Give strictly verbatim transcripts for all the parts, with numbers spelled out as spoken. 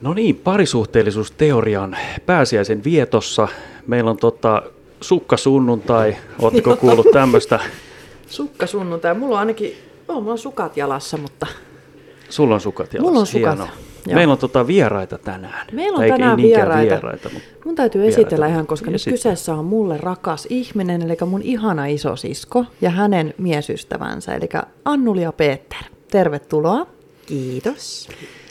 No niin, parisuhteellisuusteorian pääsiäisen vietossa. Meillä on tota, sukkasunnuntai. Ootko kuullut tämmöistä? Sukkasunnuntai. Mulla on ainakin, oh, mulla on sukat jalassa, mutta... Sulla on sukat jalassa. Mulla on sukat. Hienoa. Meillä on tota vieraita tänään. Meillä on tai tänään ei vieraita. vieraita mutta mun täytyy vieraita. esitellä ihan, koska Esittä. nyt kyseessä on mulle rakas ihminen, eli mun ihana isosisko ja hänen miesystävänsä, eli Annuli ja Peter. Tervetuloa. Kiitos.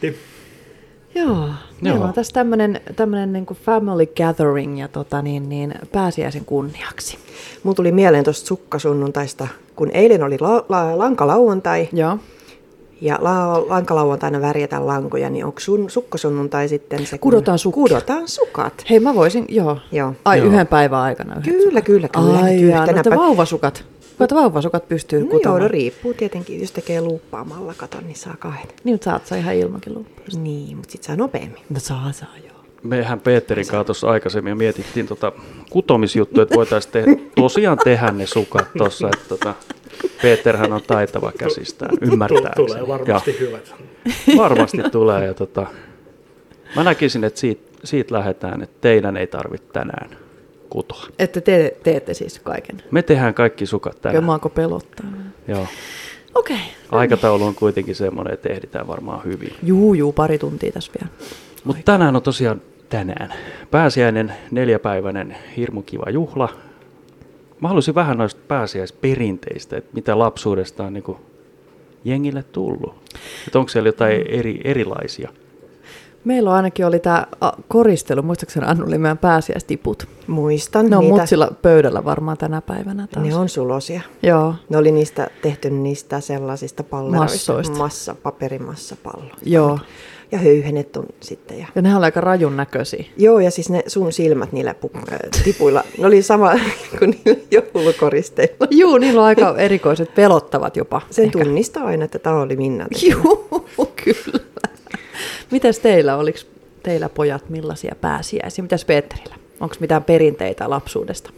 Joo, meillä Joo. on tässä tämmöinen tämmönen niin kuin family gathering ja tota niin, niin pääsiäisen kunniaksi. Mulla tuli mieleen tuosta sukkasunnuntaista, kun eilen oli la- la- lankalauantai Joo. ja la- lankalauantaina värjätään lankoja, niin onko sun sukkasunnuntai sitten se, kun Kudotaan sukkia. kudotaan sukat? Hei, mä voisin, joo. Joo. Ai, Joo. yhden päivän aikana yhden Kyllä, sukat. kyllä, kyllä. Ai, Nyt jaa, no yhtenä te pä- vauvasukat. Kuinka vauvasukat pystyy No kutomaan? joo, no riippuu tietenkin, jos tekee luuppaamalla, katon, niin saa kahden. Niin, mutta saat sä ihan ilmankin luppausta. Niin, mutta sit saa nopeammin. No saa, saa, joo. Mehän Peterin kanssa tuossa aikaisemmin ja mietittiin tota kutomisjuttua, että voitaisiin te- tosiaan tehdä ne sukat tuossa. Että tota, Peterhän on taitava käsistään, ymmärtää. Tulee varmasti hyvät. Varmasti tulee. Ja tota, mä näkisin, että siitä, siitä lähdetään, että teidän ei tarvitse tänään kutoa. Että te teette siis kaiken. Me tehdään kaikki sukat Kyllä tänään. maako pelottaa. Joo. Okei. Aikataulu on kuitenkin semmoinen, että ehditään varmaan hyvin. Juu, juu, pari tuntia tässä vielä. Mutta tänään on tosiaan tänään pääsiäinen neljäpäiväinen hirmu kiva juhla. Mä haluaisin vähän noista pääsiäisperinteistä, että mitä lapsuudesta on niinku jengille tullut. Että onko siellä jotain eri, erilaisia? Meillä on ainakin oli tämä koristelu, muistaakseni Annuli meidän pääsiäistiput. Muistan Ne on niitä. mutsilla pöydällä varmaan tänä päivänä taas. Ne on sulosia. Joo, Ne oli niistä tehty niistä sellaisista palleroista. Massoista. Massa, paperimassapallo. joo. Ja höyhenet on sitten. Ja... Ja nehän oli aika rajun näköisiä. Joo, ja siis ne sun silmät niillä pu- äh, tipuilla, ne oli sama kuin niillä joulukoristeilla. Juu, niillä on aika erikoiset, pelottavat jopa. Sen ehkä. tunnistaa aina, että tämä oli Minna. Juu, kyllä. Mitäs teillä, oliko teillä pojat millaisia pääsiäisiä? Mitäs Peterillä? Onko mitään perinteitä lapsuudesta?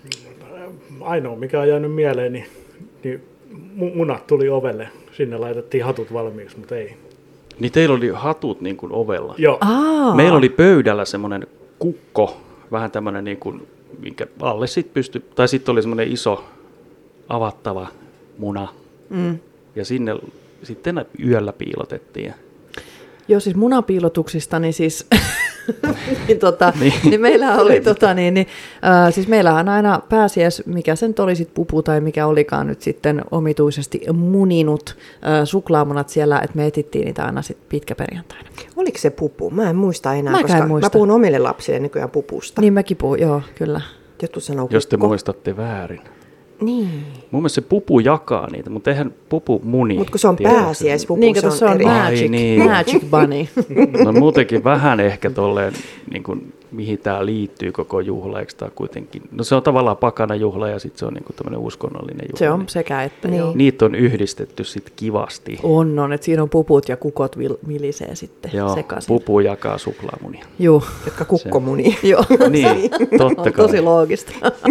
Ainoa, mikä on jäänyt mieleen, niin, niin mu- munat tuli ovelle. Sinne laitettiin hatut valmiiksi, mutta ei. Niin teillä oli hatut niin kuin ovella. Joo, Aa, Meillä oli pöydällä semmoinen kukko, vähän tämmöinen niin kuin, minkä alle sitten pystyi, tai sitten oli semmoinen iso avattava muna. Mm. Ja sinne sitten yöllä piilotettiin. Joo, siis munapiilotuksista, niin siis niin, tota, Niin. niin. niin meillä oli, tota, niin, niin, äh, siis meillähän aina pääsiäis, mikä sen oli sit pupu tai mikä olikaan nyt sitten omituisesti muninut äh, suklaamunat siellä, että me etittiin niitä aina sit pitkäperjantaina. Oliko se pupu? Mä en muista enää, Mäkään koska en muista. mä puhun omille lapsille nykyään pupusta. Niin mäkin puhun, joo, kyllä. Jotkut sanoo Jos te kukko. muistatte väärin. Niin. Mun mielestä se pupu jakaa niitä, mutta eihän pupu muni. Mutta kun se on tiedätkö? pääsiäispupu, Niin, se kato, on, se on eri. magic, Ai niin. magic bunny. No muutenkin vähän ehkä tolleen, niin kuin, mihin tämä liittyy koko juhla, eikö tää kuitenkin? No se on tavallaan pakana juhla ja sitten se on niin kuin tämmöinen uskonnollinen juhla. Se on niin sekä että, Niin. joo. niitä on yhdistetty sitten kivasti. On, on, että siinä on puput ja kukot vil- milisee sitten Joo, sekaisin. pupu jakaa suklaamunia. Joo, Jotka kukkomuni. joo. Niin, totta On kai. tosi loogista.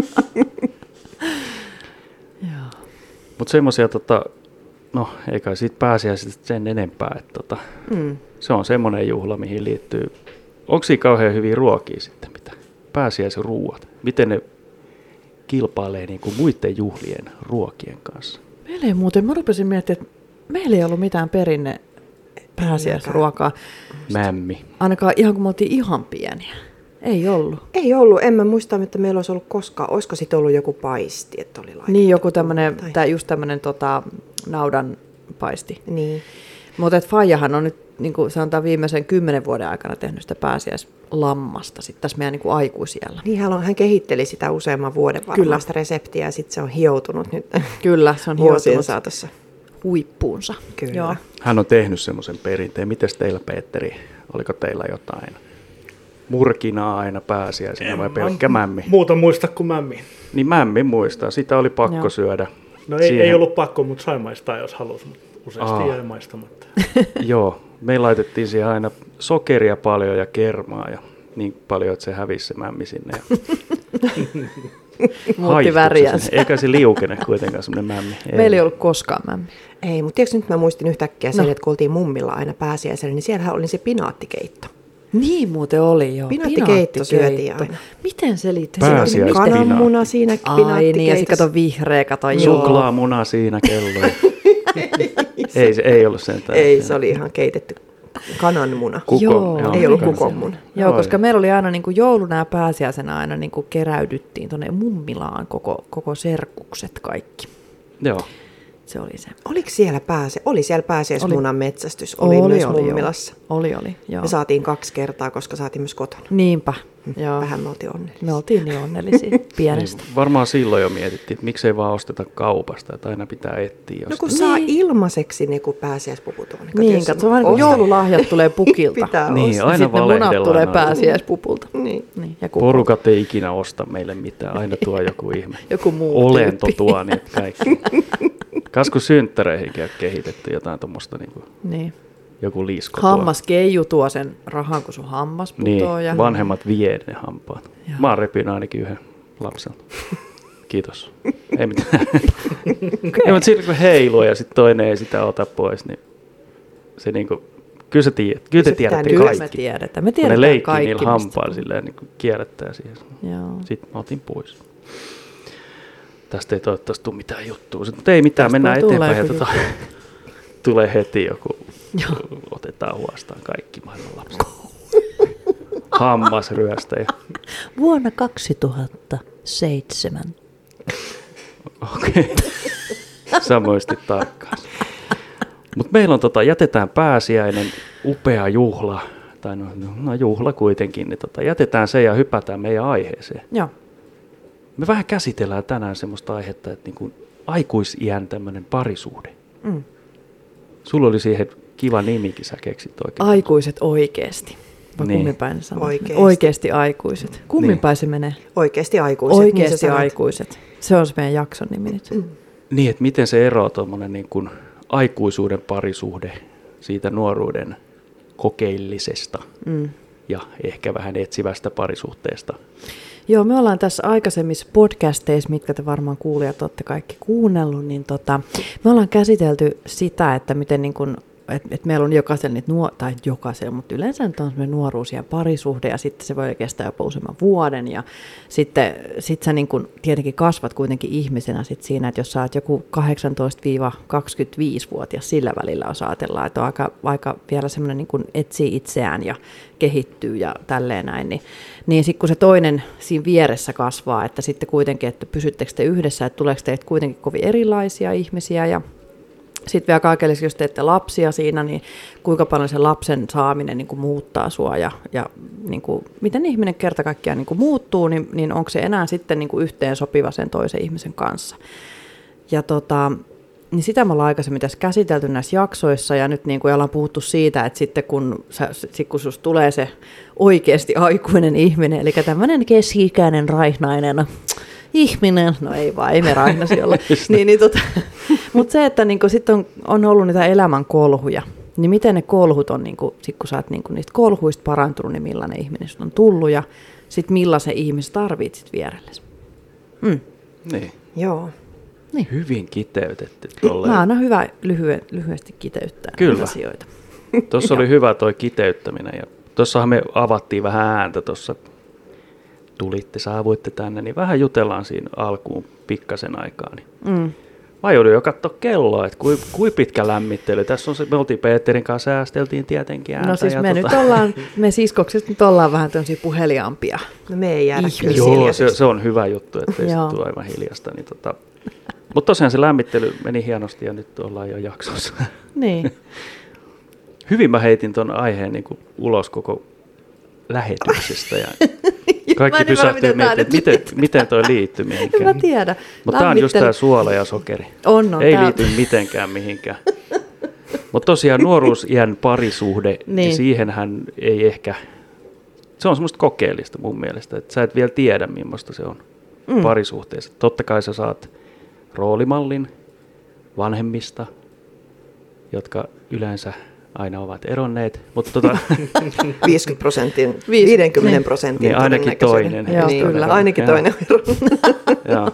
Mutta semmoisia, tota, no ei kai siitä pääsiäisestä sen enempää, että tota, Mm. se on semmoinen juhla, mihin liittyy, onko siinä kauhean hyviä ruokia sitten, mitä pääsiäisruuat, miten ne kilpailee niin kuin muiden juhlien ruokien kanssa? Meillä ei muuten, mä rupesin miettimään, että meillä ei ollut mitään perinne pääsiäisruokaa. Mämmi. Ainakaan ihan kun me oltiin ihan pieniä. Ei ollut. Ei ollut, en mä muista, että meillä olisi ollut koskaan. Olisiko sitten ollut joku paisti, että oli laitettu? Niin joku tämmönen, Tai- tää just tämmönen tota, naudan paisti. Niin. Mutta Faijahan on nyt, niin kuin sanotaan viimeisen kymmenen vuoden aikana tehnyt sitä pääsiäislammasta sitten tässä meidän niin kuin aikuisiellä. Niin hän, on, hän kehitteli sitä useamman vuoden varmaan Kyllä. sitä reseptiä ja sitten se on hioutunut nyt Kyllä, se on vuosien hioutunut saatossa. huippuunsa. Kyllä. Joo. Hän on tehnyt semmoisen perinteen. Mites teillä, Petteri? Oliko teillä jotain murkinaa aina pääsiäisenä vai pelkkä mämmi? muuta muista kuin mämmi. Niin mämmi muistaa. Sitä oli pakko Joo. syödä. No ei, Siihen- ei ollut pakko, mutta sai maistaa, jos halusi, mutta useasti Aa. jäi maistamatta. Joo, me laitettiin siihen aina sokeria paljon ja kermaa ja niin paljon, että se hävisi se mämmi sinne. Ja Muutti haihtui se väriänsä. sinne. Eikä se liukene kuitenkaan semmoinen mämmi. Meillä ei ollut koskaan mämmi. Ei, mutta tiedätkö nyt mä muistin yhtäkkiä sen, No. että kun oltiin mummilla aina pääsiäisenä, niin siellähän oli se pinaattikeitto. Niin muuten oli, joo. Pinaattikeitto syötiin aina. Miten selitti? Pääsiäispinaatti. Kananmuna siinä Ai niin, ja sitten pinaattikeitossa. kato vihreä, kato joo. Suklaamuna siinä kello. ei, se ei ollut sentään. Ei, se oli ihan keitetty kananmuna. Kukon, Joo, joo. Ei ollut kyllä kukonmuna. se- Joo, Joo. koska meillä oli aina niin kuin jouluna ja pääsiäisenä aina niin kuin keräydyttiin tuonne Mummilaan koko, koko serkukset kaikki. Joo. Se oli se. Oliko siellä pääse? Oli siellä pääsiäismunan metsästys. Oli, Oli, myös oli, Mummilassa. joo. Oli, oli, joo. Me saatiin kaksi kertaa, koska saatiin myös kotona. Niinpä, joo. Vähän me oltiin onnellisia. Me oltiin niin onnellisia pienestä. Niin, varmaan silloin jo mietittiin, että miksei vaan osteta kaupasta, että aina pitää etsiä No jostain. kun saa Niin. ilmaiseksi ne, kun pääsiäispuput on. Kato, Niin, jos katso vaan, kun ostat- joululahjat tulee pukilta. Pitää Niin, ostaa. aina Sitten ne munat valehdellaan tulee noin. pääsiäispupulta. Niin. Niin, ja kukko. Porukat ei ikinä osta meille mitään, aina tuo joku ihme. Joku muu Olento tyyppi. tuo niitä kaikki. Kas kun synttäreihinkin on kehitetty jotain tuommoista, niin kuin Niin. joku lisko tuo. Hammaskeiju tuo sen rahan, kun sun hammas putoo. Niin, ja... vanhemmat vie ne hampaat. Joo. Mä oon repinyt ainakin yhden lapselta. Kiitos. Ei mitään. Ei, mutta siinä kun heiluu ja sitten toinen ei sitä ota pois, niin se niinku, kyllä sä tiedät, kyllä te Se pitää tiedätte nyt- Kyllä me kaikki. tiedetään. Me Kun ne tiedetään leikkii kaikki. niillä mistä- hampailla silleen niin kierrättää siihen. Joo. Sitten mä otin pois. Tästä ei toivottavasti tule mitään juttua. Mutta ei mitään, Tästä mennään voi tulla eteenpäin. Ja joku tota, tulee heti joku, Joo. otetaan huostaan kaikki maailman lapset. Hammasryöstäjä. Vuonna kaksituhattaseitsemän. Okei. Sä muistit tarkkaan. Mutta meillä on, tota, jätetään pääsiäinen, upea juhla, tai no, no juhla kuitenkin, niin tota, jätetään se ja hypätään meidän aiheeseen. Joo. Me vähän käsitellään tänään semmoista aihetta, että niin kuin aikuisiän tämmöinen parisuhde. Mm. Sulla oli siihen kiva nimikin, sä keksit oikein. Aikuiset oikeesti. Vai Niin. kummin päin se sanoo? Oikeesti. Oikeesti aikuiset. Kummin Niin. päin se menee? Oikeasti aikuiset. niin sä Oikeesti sanot. aikuiset. Se on se meidän jakson nimi nyt. Mm. Niin, että miten se eroaa tuommoinen niin kuin aikuisuuden parisuhde siitä nuoruuden kokeillisesta Mm. ja ehkä vähän etsivästä parisuhteesta. Joo, me ollaan tässä aikaisemmissa podcasteissa, mitkä te varmaan kuulijat olette kaikki kuunnellut, niin tota, me ollaan käsitelty sitä, että miten niin kun, et, et meillä on jokaisella niitä, nuo, tai jokaisella, mutta yleensä nyt on semmoinen nuoruus ja parisuhde, ja sitten se voi kestää jopa useamman vuoden, ja sitten sit sä niin kun tietenkin kasvat kuitenkin ihmisenä sit siinä, että jos sä oot joku kahdeksantoista–kaksikymmentäviisi-vuotias sillä välillä, jos ajatellaan, että on aika, aika vielä semmoinen niin kun etsii itseään ja kehittyy ja tälleen näin, niin, niin sitten kun se toinen siinä vieressä kasvaa, että sitten kuitenkin, että pysyttekö te yhdessä, että tuleeko teitä kuitenkin kovin erilaisia ihmisiä ja sitten vielä kaikille, jos teette lapsia siinä, niin kuinka paljon se lapsen saaminen niin kuin muuttaa sua ja, ja niin kuin, miten ihminen kerta kaikkiaan niin kuin muuttuu, niin, niin onko se enää sitten niin kuin yhteen sopiva sen toisen ihmisen kanssa. Ja tota, niin sitä me ollaan aikaisemmin tässä käsitelty näissä jaksoissa ja nyt niin kuin ollaan puhuttu siitä, että sitten kun, sä, sit kun susta tulee se oikeasti aikuinen ihminen, eli tämmöinen keski-ikäinen raihnainen ihminen, no ei vaan, ei me raihnaisi olla, niin, niin tota, mutta se, että niin sitten on, on ollut niitä elämän kolhuja, niin miten ne kolhut on, niin sit kun sä oot niin niistä kolhuista parantunut, niin millainen ihminen on tullut ja sitten millaisen ihmisen tarvitset sit vierellesi. Mm. Niin. Joo. Niin. Hyvin kiteytetty tolleen. Mä aina hyvä lyhyen, lyhyesti kiteyttää Kyllä. asioita. Tuossa oli hyvä toi kiteyttäminen ja tuossahan me avattiin vähän ääntä tuossa. Tulitte, saavuitte tänne, niin vähän jutellaan siinä alkuun pikkasen aikaa. Niin. Mm. Mä joudun jo katsoa kelloa, että kui, kui pitkä lämmittely. Tässä on se, me oltiin Peterin kanssa, säästeltiin tietenkin ääntä. No siis ja me tota... nyt ollaan, me siskokset nyt ollaan vähän tämmöisiä puheliaampia. No me ei jäädä kyllä Joo, se, hiljaiseksi. se on hyvä juttu, että ei se Joo. tule aivan hiljasta. Niin tota... Mutta tosiaan se lämmittely meni hienosti ja nyt ollaan jo jaksossa. Niin. Hyvin mä heitin ton aiheen niin kuin ulos koko lähetyksestä ja kaikki Mä en ymmärrä, pysähtyy miten tää miettimään, että nyt miten, miten toi liittyy En mä mihinkään. tiedä. Mutta tää on just Lämmittely- tää suola ja sokeri. On, on. Ei tää on- liity mitenkään mihinkään. Mutta tosiaan nuoruusiän parisuhde, niin. Niin. siihenhän ei ehkä, se on semmoista kokeellista mun mielestä, että sä et vielä tiedä millaista se on mm. parisuhteessa. Totta kai sä saat roolimallin vanhemmista, jotka yleensä aina ovat eronneet, mutta tota, viisikymmentä prosentin, Viis- viisikymmentä niin. prosentin Niin, ainakin todennäköisyyden. toinen. Joo, Niin, kyllä. ainakin Joo. toinen ero. joo.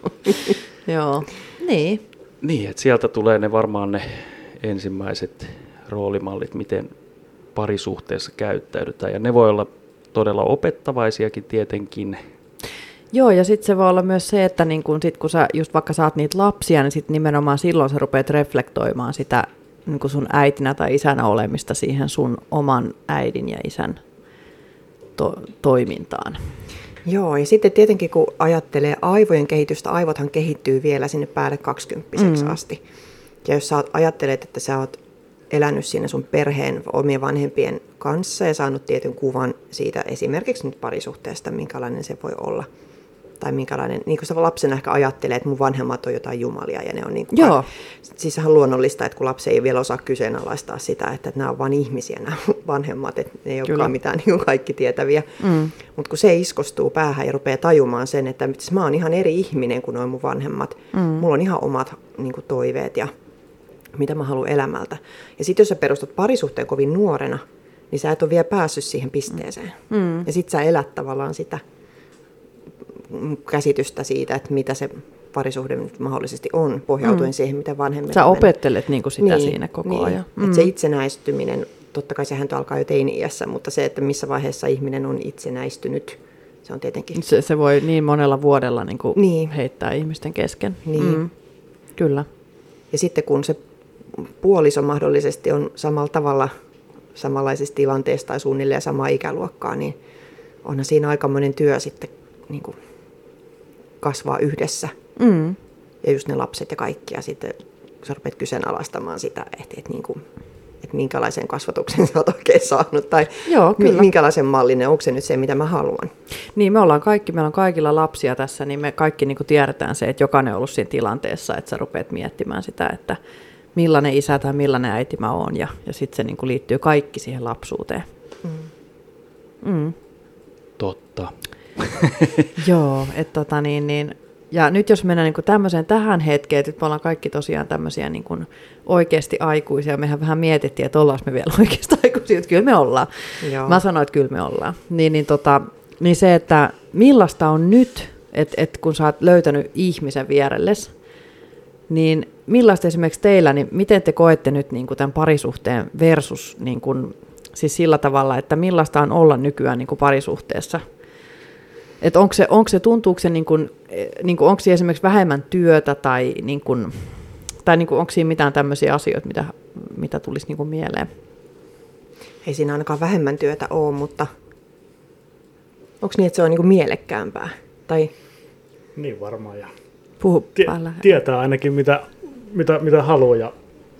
Joo. Niin. Niin, että sieltä tulee ne varmaan ne ensimmäiset roolimallit, miten parisuhteessa käyttäydytään. Ja ne voi olla todella opettavaisiakin tietenkin. Joo, ja sitten se voi olla myös se, että niin kun, sit, kun sä just vaikka saat niitä lapsia, niin sitten nimenomaan silloin sä rupeat reflektoimaan sitä niin kun sun äitinä tai isänä olemista siihen sun oman äidin ja isän to- toimintaan. Joo, ja sitten tietenkin kun ajattelee aivojen kehitystä, aivothan kehittyy vielä sinne päälle kaksikymppiseksi mm. asti. Ja jos sä ajattelet, että sä oot elänyt siinä sun perheen omien vanhempien kanssa ja saanut tietyn kuvan siitä esimerkiksi nyt parisuhteesta, minkälainen se voi olla. Tai minkälainen, niin kuin sä lapsena ehkä ajattelee, että mun vanhemmat on jotain jumalia ja ne on niin kuin... Joo. Siis on luonnollista, että kun lapsi ei vielä osaa kyseenalaistaa sitä, että nämä on vain ihmisiä nämä vanhemmat, että ne ei Kyllä. olekaan mitään niin kuin kaikki tietäviä. Mm. Mutta kun se iskostuu päähän ja rupeaa tajumaan sen, että siis mä oon ihan eri ihminen kuin nuo mun vanhemmat. Mm. Mulla on ihan omat niin kuin toiveet ja mitä mä haluan elämältä. Ja sitten jos sä perustat parisuhteen kovin nuorena, niin sä et ole vielä päässyt siihen pisteeseen. Mm. Ja sit sä elät tavallaan sitä käsitystä siitä, että mitä se parisuhde mahdollisesti on, pohjautuen mm. siihen, mitä vanhemmilla. Sä opettelet niinku sitä niin, siinä koko niin. ajan. Mm. Että se itsenäistyminen, totta kai sehän alkaa jo teini-iässä, mutta se, että missä vaiheessa ihminen on itsenäistynyt, se on tietenkin... Se, se voi niin monella vuodella niinku niin. heittää ihmisten kesken. Niin. Mm. Kyllä. Ja sitten kun se puoliso mahdollisesti on samalla tavalla samanlaisessa tilanteessa tai suunnilleen samaa ikäluokkaa, niin onhan siinä aikamoinen työ sitten niin kuin kasvaa yhdessä. Mm. Ja just ne lapset ja kaikki. Ja sitten sä rupeat kyseenalaistamaan sitä, että, että, niin kuin, että minkälaisen kasvatuksen sä oot oikein saanut. Tai Joo, kyllä. minkälaisen mallinen, onko se nyt se, mitä mä haluan. Niin, me ollaan kaikki, meillä on kaikilla lapsia tässä, niin me kaikki niin kuin tiedetään se, että jokainen on ollut siinä tilanteessa, että sä rupeat miettimään sitä, että millainen isä tai millainen äiti mä oon. Ja, ja sitten se niin kuin liittyy kaikki siihen lapsuuteen. Mm. Mm. Totta. Joo, että tota niin, niin, ja nyt jos mennään niin kuin tämmöiseen tähän hetkeen, että me ollaan kaikki tosiaan tämmöisiä niin kuin oikeasti aikuisia, mehän vähän mietittiin, että ollaanko me vielä oikeasti aikuisia, että kyllä me ollaan. Joo. Mä sanoin, että kyllä me ollaan. Niin, niin, tota, niin se, että millaista on nyt, että, että kun sä oot löytänyt ihmisen vierelles, niin millaista esimerkiksi teillä, niin miten te koette nyt niin kuin tämän parisuhteen versus niin kuin, siis sillä tavalla, että millaista on olla nykyään niin kuin parisuhteessa? Että onko se, onko se, tuntuuko se, niin kuin, niin kuin, onko se esimerkiksi vähemmän työtä tai, niin kuin, tai niin kuin, onko siinä mitään tämmöisiä asioita, mitä, mitä tulisi niin kuin mieleen? Ei siinä ainakaan vähemmän työtä ole, mutta onko niin, että se on niin kuin mielekkäämpää? Tai... Niin varmaan. Ja Puhu tie- päällä. Tietää ainakin, mitä, mitä, mitä haluaa ja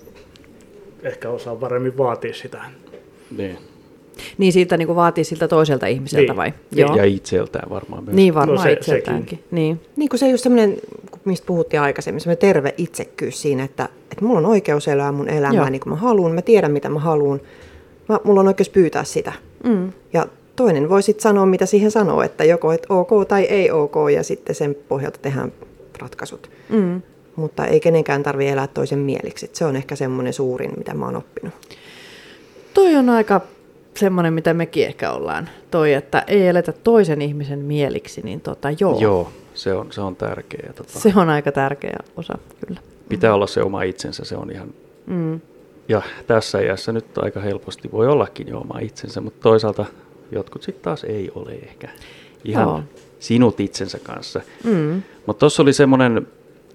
ehkä osaa paremmin vaatia sitä. Niin. Niin siitä niin kuin vaatii siltä toiselta ihmiseltä niin. vai? Joo. Ja itseltään varmaan myös. Niin varmaan no se, itseltäänkin. Niin. niin kuin se just semmoinen, mistä puhuttiin aikaisemmin, semmoinen terve itsekkyys siinä, että, että mulla on oikeus elää mun elämää Joo. niin kuin mä haluan, mä tiedän mitä mä haluan, mä, mulla on oikeus pyytää sitä. Mm. Ja toinen voi sitten sanoa, mitä siihen sanoo, että joko että ok tai ei ok, ja sitten sen pohjalta tehdään ratkaisut. Mm. Mutta ei kenenkään tarvitse elää toisen mieliksi. Se on ehkä semmoinen suurin, mitä mä oon oppinut. Toi on aika semmoinen, mitä mekin ehkä ollaan. Toi, että ei eletä toisen ihmisen mieliksi, niin tota joo. Joo, se on, se on tärkeä. Tota, se on aika tärkeä osa, kyllä. Pitää mm. olla se oma itsensä, se on ihan... Mm. Ja tässä iässä nyt aika helposti voi ollakin jo oma itsensä, mutta toisaalta jotkut sitten taas ei ole ehkä ihan joo. sinut itsensä kanssa. Mm. Mutta tuossa oli semmoinen...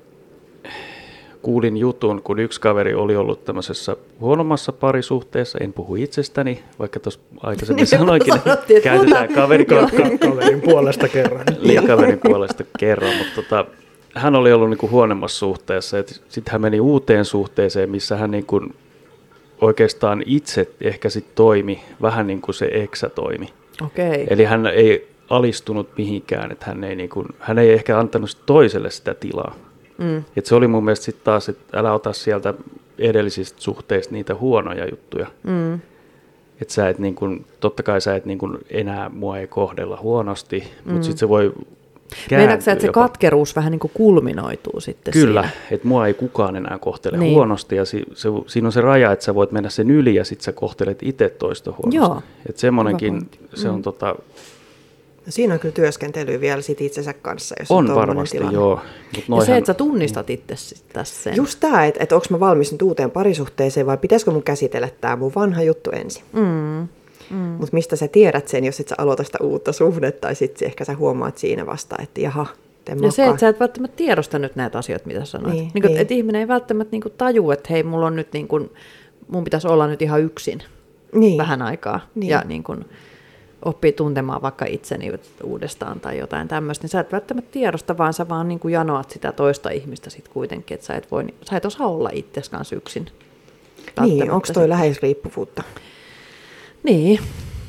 Kuulin jutun, kun yksi kaveri oli ollut tämmöisessä huonommassa parisuhteessa, en puhu itsestäni, vaikka tuossa aikaisemmin sanoinkin, että käytetään kaverin, kaverin puolesta kerran. kaverin puolesta kerran, mutta tota, hän oli ollut niinku huonommassa suhteessa, sitten hän meni uuteen suhteeseen, missä hän niinku oikeastaan itse ehkä sit toimi vähän niin kuin se eksä toimi. Okay. Eli hän ei alistunut mihinkään, että hän ei, niinku, hän ei ehkä antanut toiselle sitä tilaa. Mm. Et se oli mun mielestä sitten taas, että älä ota sieltä edellisistä suhteista niitä huonoja juttuja. Mm. Että sä et niin kun, totta kai sä et niin kun enää mua ei kohdella huonosti, mm. mutta sitten se voi kääntyä. Meinaatko sä, että se katkeruus vähän niin kuin kulminoituu sitten Kyllä, siinä? että mua ei kukaan enää kohtele niin. huonosti ja si, se, siinä on se raja, että sä voit mennä sen yli ja sitten sä kohtelet itse toista huonosti. Joo. Että semmoinenkin, se on mm. tota... No siinä on kyllä työskentelyä vielä sit itsensä kanssa, jos On on tommonen varmasti, tilanne. joo. Mut Ja noihän, se, että sä tunnistat itse tässä sen. Just tämä, että, että onko mä valmis nyt uuteen parisuhteeseen vai pitäisikö mun käsitellä tämä mun vanha juttu ensin. Mm. Mm. Mutta mistä sä tiedät sen, jos et sä aloita sitä uutta suhdetta, tai sitten ehkä sä huomaat siinä vasta, että jaha, en Ja se, että sä et välttämättä tiedosta nyt näitä asioita, mitä sanoit. Niin, niin, niin. Että ihminen ei välttämättä niin tajua, että hei, mulla on nyt niin kuin, mun pitäisi olla nyt ihan yksin niin. vähän aikaa. Niin. Ja niin kuin, oppii tuntemaan vaikka itseni uudestaan tai jotain tämmöistä, niin sä et välttämättä tiedosta, vaan sä vaan niin kuin janoat sitä toista ihmistä sit kuitenkin, että sä et, voi, sä et osaa olla itsesi kanssa yksin. Niin, onko toi läheisriippuvuutta? Niin.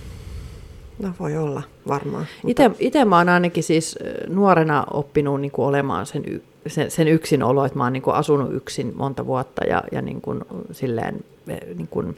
No voi olla, varmaan. Ite, ite mä oon ainakin siis nuorena oppinut niin kuin olemaan sen, y, sen, sen yksinolo, että mä oon niin kuin asunut yksin monta vuotta ja, ja niin kuin, silleen, niin kuin,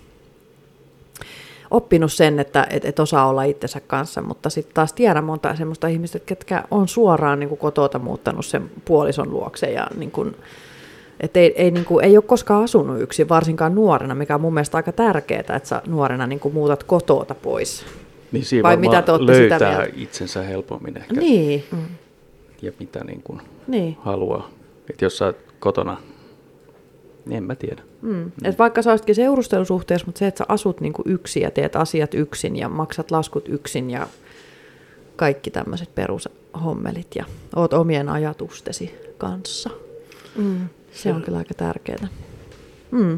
oppinut sen, että et, et osaa olla itsensä kanssa, mutta sitten taas tiedän monta semmoista ihmistä, ketkä on suoraan niin kuin kotota muuttanut sen puolison luokse ja niin kuin, et ei, ei, niin kuin, ei ole koskaan asunut yksin, varsinkaan nuorena, mikä on mun mielestä aika tärkeää, että sä nuorena niin kuin muutat kotota pois. niin siinä vai varmaan mitä te ootte sitä löytää mieltä? itsensä helpommin ehkä. Niin, Mm. Ja mitä niin kuin niin. haluaa. Että jos sä oot kotona, niin en mä tiedä. Mm. Et vaikka sä olisikin seurustelusuhteessa, mutta se, että sä asut niinku yksin ja teet asiat yksin ja maksat laskut yksin ja kaikki tämmöiset perushommelit ja oot omien ajatustesi kanssa. Mm. Se on kyllä aika tärkeää. Mm.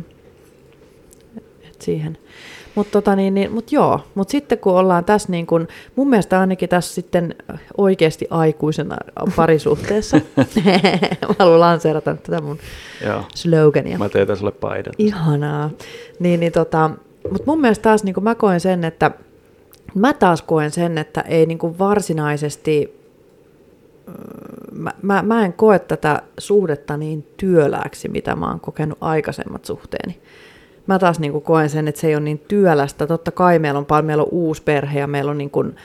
Et siihen. Mutta tota niin, niin, mut joo, mutta sitten kun ollaan tässä niin kun, mun mielestä ainakin tässä sitten oikeasti aikuisena parisuhteessa, mä haluan lanseerata tätä mun Joo. slogania. Mä teetän sulle paidan. Ihanaa. Niin, niin tota, mutta mun mielestä taas niin mä koen sen, että mä taas koen sen, että ei niin kuin varsinaisesti, mä, mä, mä en koe tätä suhdetta niin työlääksi, mitä mä oon kokenut aikaisemmat suhteeni. Mä taas niin kuin koen sen, että se ei ole niin työlästä. Totta kai meillä on, paljon, meillä on uusi perhe ja meillä on niin kuin,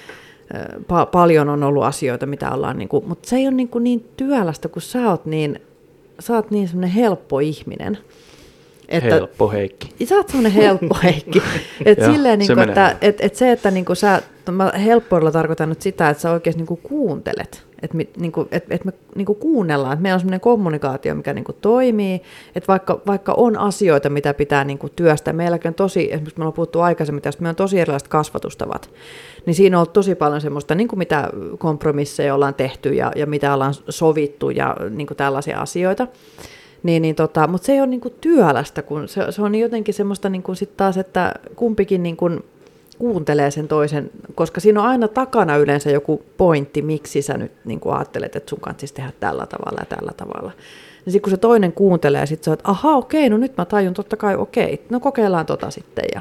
pa- paljon on ollut asioita, mitä ollaan, niin kuin, mutta se ei ole niin, kuin niin työlästä, kun sä oot niin, sä oot niin semmoinen helppo ihminen. Että, Helppo Heikki. Sä oot semmoinen helppo Heikki. Et Joo, silleen, se niin kuin, että menee. et, et se, että niin kuin sä, mä helppoilla tarkoitan nyt sitä, että sä oikeasti niin kuin kuuntelet. Että niin et, et me niin kuin kuunnellaan, että meillä on semmoinen kommunikaatio, mikä niin kuin toimii. Että vaikka, vaikka on asioita, mitä pitää niin kuin työstää, meilläkin on tosi, esimerkiksi me ollaan puhuttu aikaisemmin tästä, meillä on tosi erilaiset kasvatustavat. Niin siinä on ollut tosi paljon semmoista, niin kuin mitä kompromisseja ollaan tehty ja, ja mitä ollaan sovittu ja niin kuin tällaisia asioita. Niin, niin tota, mutta se ei ole niinku työlästä, kun se, se on jotenkin semmoista niinku sit taas, että kumpikin niinku kuuntelee sen toisen, koska siinä on aina takana yleensä joku pointti, miksi sä nyt niinku ajattelet, että sun kanssa tehdä tällä tavalla ja tällä tavalla. Ja sitten kun se toinen kuuntelee, sitten sä oot, aha okei, no nyt mä tajun, totta kai okei, no kokeillaan tota sitten. Ja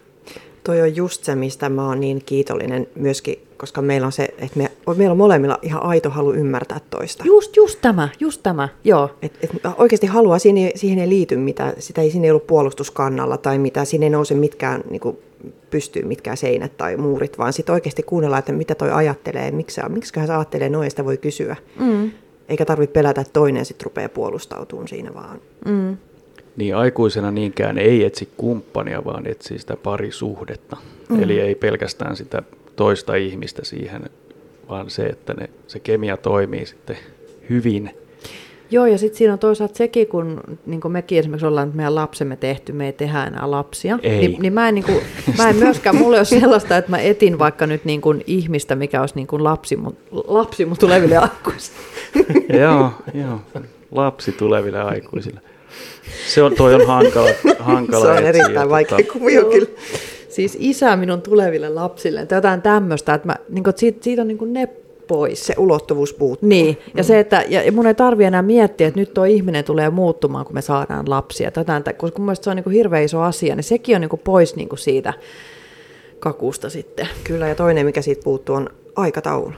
Toi on just se, mistä mä oon niin kiitollinen myöskin, koska meillä on se, että me, meillä on molemmilla ihan aito halu ymmärtää toista. Just, just tämä, just tämä, joo. Et, et oikeasti halua, siihen, siihen ei liity mitään, sitä ei, siinä ei ollut puolustuskannalla tai mitä, siinä ei nouse mitkään, niin kuin, pystyy mitkään seinät tai muurit, vaan sitten oikeasti kuunnellaan, että mitä toi ajattelee, miksi, miksiköhän se ajattelee noin, sitä voi kysyä. Mm. Eikä tarvitse pelätä, että toinen sitten rupeaa puolustautumaan siinä vaan. Mm. Niin aikuisena niinkään ei etsi kumppania, vaan etsii sitä parisuhdetta. Mm. Eli ei pelkästään sitä toista ihmistä siihen, vaan se, että ne, se kemia toimii sitten hyvin. Joo, ja sitten siinä on toisaalta sekin, kun niin kuin mekin esimerkiksi ollaan meidän lapsemme tehty, me ei tehdä enää lapsia. Ei. Niin, niin mä en, niin kuin, mä en myöskään, mulla ei ole sellaista, että mä etin vaikka nyt niin kuin ihmistä, mikä olisi niin kuin lapsi, mun, lapsi mun tuleville aikuisille. Joo, joo. Lapsi tuleville aikuisille. Se on, toi on hankala, hankala Se on etsiä, erittäin vaikea tota, kuvio kyllä. Siis isä minun tuleville lapsille, tai jotain tämmöistä, että, mä, niin kuin, että siitä, siitä on niin kuin ne pois. Se ulottuvuus puuttuu. Niin, ja, se, että, ja mun ei tarvitse enää miettiä, että nyt tuo ihminen tulee muuttumaan, kun me saadaan lapsia, tätä, koska mun mielestä se on niin kuin hirveän iso asia, niin sekin on niin kuin pois niin kuin siitä kakusta sitten. Kyllä, ja toinen, mikä siitä puuttuu, on aikataulu.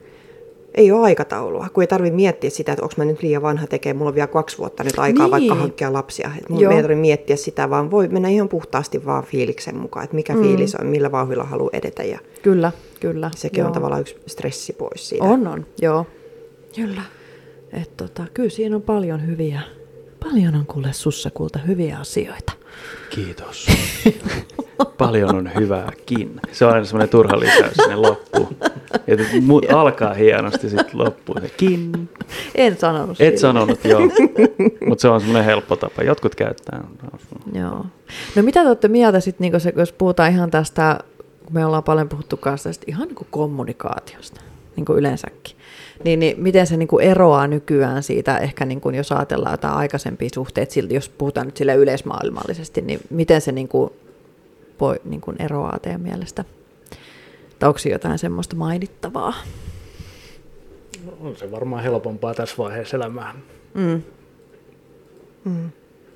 Ei ole aikataulua, kun ei tarvitse miettiä sitä, että onko mä nyt liian vanha tekemään, mulla on vielä kaksi vuotta nyt aikaa Niin. vaikka hankkia lapsia. Et mun Joo. ei tarvitse miettiä sitä, vaan voi mennä ihan puhtaasti vaan fiiliksen mukaan, että mikä mm. fiilis on, millä vauhdilla haluaa edetä. Ja Kyllä, kyllä. sekin joo. on tavallaan yksi stressi pois siitä. On, on, joo. Kyllä. Et tota, kyllä siinä on paljon hyviä, paljon on kuule sussa kulta hyviä asioita. Kiitos. Paljon on hyvääkin. Se on aina semmoinen turha lisäys sinne loppuun. Ja mu- alkaa hienosti sitten loppuun. Kin. En sanonut Et sille. sanonut, joo. Mutta se on semmoinen helppo tapa. Jotkut käyttää. Joo. No mitä te olette mieltä sitten, niin se, jos puhutaan ihan tästä, kun me ollaan paljon puhuttu kanssa tästä ihan niin kuin kommunikaatiosta, niin kuin yleensäkin. Niin, niin miten se niin kuin eroaa nykyään siitä, ehkä niin kuin jos ajatellaan jotain aikaisempia suhteita, silti, jos puhutaan nyt sille yleismaailmallisesti, niin miten se niin kuin, voi, niin kuin eroaa teidän mielestä? Tai onko jotain semmoista mainittavaa? On se varmaan helpompaa tässä vaiheessa elämää. Mm. Mm.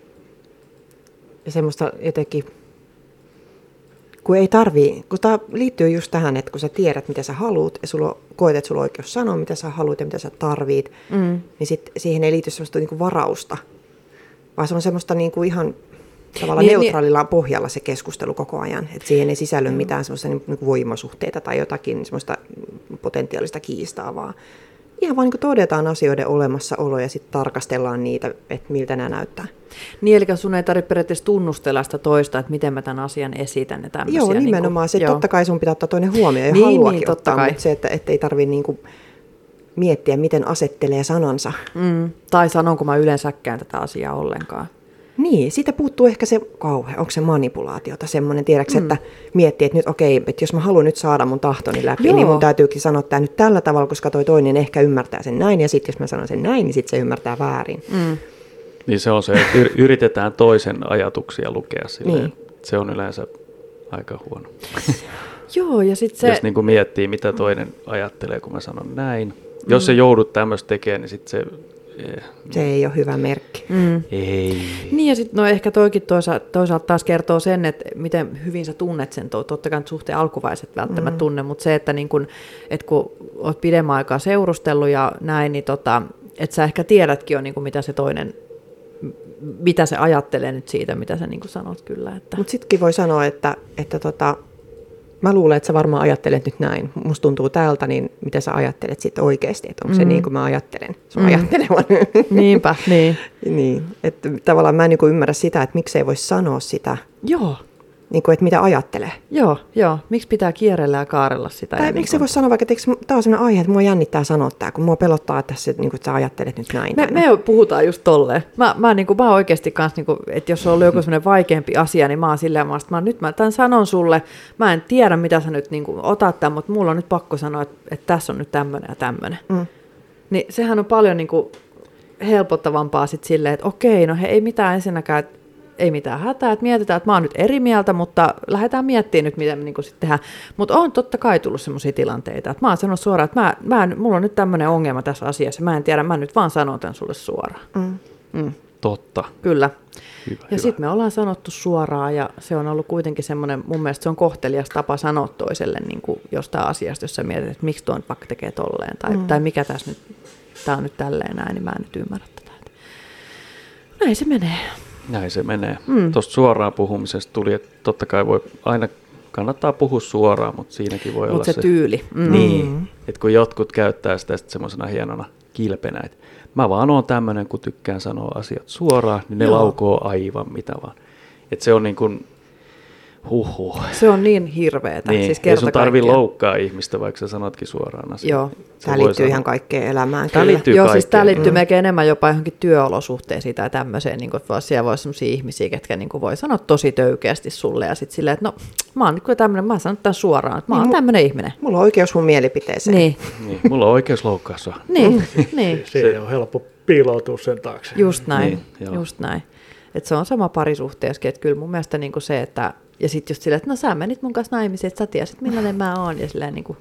Ja semmoista jotenkin, kun ei tarvii, kun tämä liittyy just tähän, että kun sä tiedät, mitä sä haluut, ja sulla koet, että sulla on oikeus sanoa, mitä sä haluut ja mitä sä tarvit, mm. niin sit siihen ei liity semmoista niinku varausta, vaan se on semmoista niinku ihan tavallaan niin, neutraalilla niin, pohjalla se keskustelu koko ajan, että siihen ei sisälly mitään semmoista niinku voimasuhteita tai jotakin semmoista potentiaalista kiistaa, vaan ihan vaan niin todetaan asioiden olemassaolo ja sitten tarkastellaan niitä, että miltä nämä näyttää. Niin, eli sun ei tarvitse periaatteessa tunnustella sitä toista, että miten mä tämän asian esitän ja tämmöisiä. Joo, nimenomaan. Niin kuin, se, totta kai sun pitää ottaa toinen huomioon ja niin, haluakin niin, ottaa, kai. mutta se, että, että ei tarvitse niin kuin miettiä, miten asettelee sanansa. Mm, tai sanonko mä yleensäkään tätä asiaa ollenkaan. Niin, siitä puuttuu ehkä se kauhe, onko se manipulaatiota, semmoinen, tiedätkö, mm. että miettii, että nyt okei, että jos mä haluan nyt saada mun tahtoni läpi, Joo. niin mun täytyykin sanoa tämä nyt tällä tavalla, koska toi toinen ehkä ymmärtää sen näin, ja sitten jos mä sanon sen näin, niin sitten se ymmärtää väärin. Mm. Niin se on se, että yritetään toisen ajatuksia lukea silleen. Niin. Se on yleensä aika huono. Joo, ja sitten se... Jos niin kuin miettii, mitä toinen ajattelee, kun mä sanon näin. Mm. Jos se joudut tämmöistä tekemään, niin sitten se... Se ei ole hyvä merkki. Mm. Ei. Niin ja sitten no ehkä toikin toisaalta, toisaalta taas kertoo sen, että miten hyvin sä tunnet sen. Totta kai suhteen alkuvaiset välttämättä mm. tunne, mutta se, että, niin kun, että kun oot pidemmän aikaa seurustellut ja näin, niin tota, että sä ehkä tiedätkin jo, niin kuin mitä se toinen, mitä se ajattelee nyt siitä, mitä sä niin kuin sanot kyllä. Että... Mutta sittenkin voi sanoa, että, että tota, mä luulen, että sä varmaan ajattelet nyt näin. Musta tuntuu tältä, niin mitä sä ajattelet sitten oikeasti, että onko mm. se niin kuin mä ajattelen sun mm. ajattelevan. Niinpä, niin. niin. Että tavallaan mä en niin kuin ymmärrä sitä, että miksei voi sanoa sitä. Joo. Niin kuin, että mitä ajattelee. Joo, joo. Miksi pitää kierrellä ja kaarella sitä? Tai miksi niin se voi sanoa vaikka, että tämä on sellainen aihe, että mua jännittää sanoa tämä, kun mua pelottaa tässä, että, niin kuin, että sä ajattelet nyt näin. Me, me puhutaan just tolleen. Mä, mä, niin kuin, mä oikeasti kanssa, niin kuin, että jos on ollut joku sellainen vaikeampi asia, niin mä oon silleen, mä, mä nyt mä tämän sanon sulle, mä en tiedä, mitä sä nyt niin kuin, otat tämän, mutta mulla on nyt pakko sanoa, että, että tässä on nyt tämmöinen ja tämmöinen. Mm. Niin sehän on paljon niin kuin, helpottavampaa sitten silleen, että okei, no he, ei mitään ensinnäkään, ei mitään hätää, että mietitään, että mä oon nyt eri mieltä, mutta lähdetään miettimään nyt, mitä me niin sitten tehdään. Mutta on totta kai tullut sellaisia tilanteita, että mä oon sanonut suoraan, että mä, mä en, mulla on nyt tämmöinen ongelma tässä asiassa, mä en tiedä, mä nyt vaan sanon tämän sulle suoraan. Mm. Mm. Totta. Kyllä. Hyvä, ja sitten me ollaan sanottu suoraan, ja se on ollut kuitenkin semmoinen, mun mielestä se on kohtelias tapa sanoa toiselle niin kuin jostain asiasta, jos sä mietit, että miksi tuo nyt vaikka tekee tolleen, tai, mm. tai mikä tässä nyt, tää on nyt tälleen näin, niin mä en nyt ymmärrä tätä. Näin se menee. Näin se menee. Mm. Tuosta suoraan puhumisesta tuli, että totta kai voi aina kannattaa puhua suoraan, mutta siinäkin voi Mut olla se, se tyyli. Mm. Niin, että kun jotkut käyttää sitä semmoisena hienona kilpenä, että mä vaan oon tämmöinen, kun tykkään sanoa asiat suoraan, niin ne Joo. laukoo aivan mitä vaan. Että se on niin kuin, huhhuh. Se on niin hirveetä. Niin, siis ei sun tarvii loukkaa ihmistä, vaikka sä sanotkin suoraan asiat. Joo. Tämä liittyy ihan kaikkeen elämään. Tämä liittyy Joo, kaikkeen. siis tämä liittyy mm. melkein enemmän jopa johonkin työolosuhteisiin tai tämmöiseen, niin kuin, että siellä voi olla sellaisia ihmisiä, ketkä niin kuin voi sanoa tosi töykeästi sulle ja sitten silleen, että no mä oon nyt kyllä tämmöinen, mä sanon tämän suoraan, että mä oon niin, tämmöinen ihminen. Mulla on oikeus mun mielipiteeseen. Niin. niin. Mulla on oikeus loukkaa sua. Niin, niin. Se, se on helppo piiloutua sen taakse. Just näin, niin, just näin. Että se on sama parisuhteessakin, että kyllä mun mielestä niin kuin se, että ja sitten just silleen, että no sä menit mun kanssa naimisiin, että sä tiesit millainen mä oon. Ja silleen niin kuin,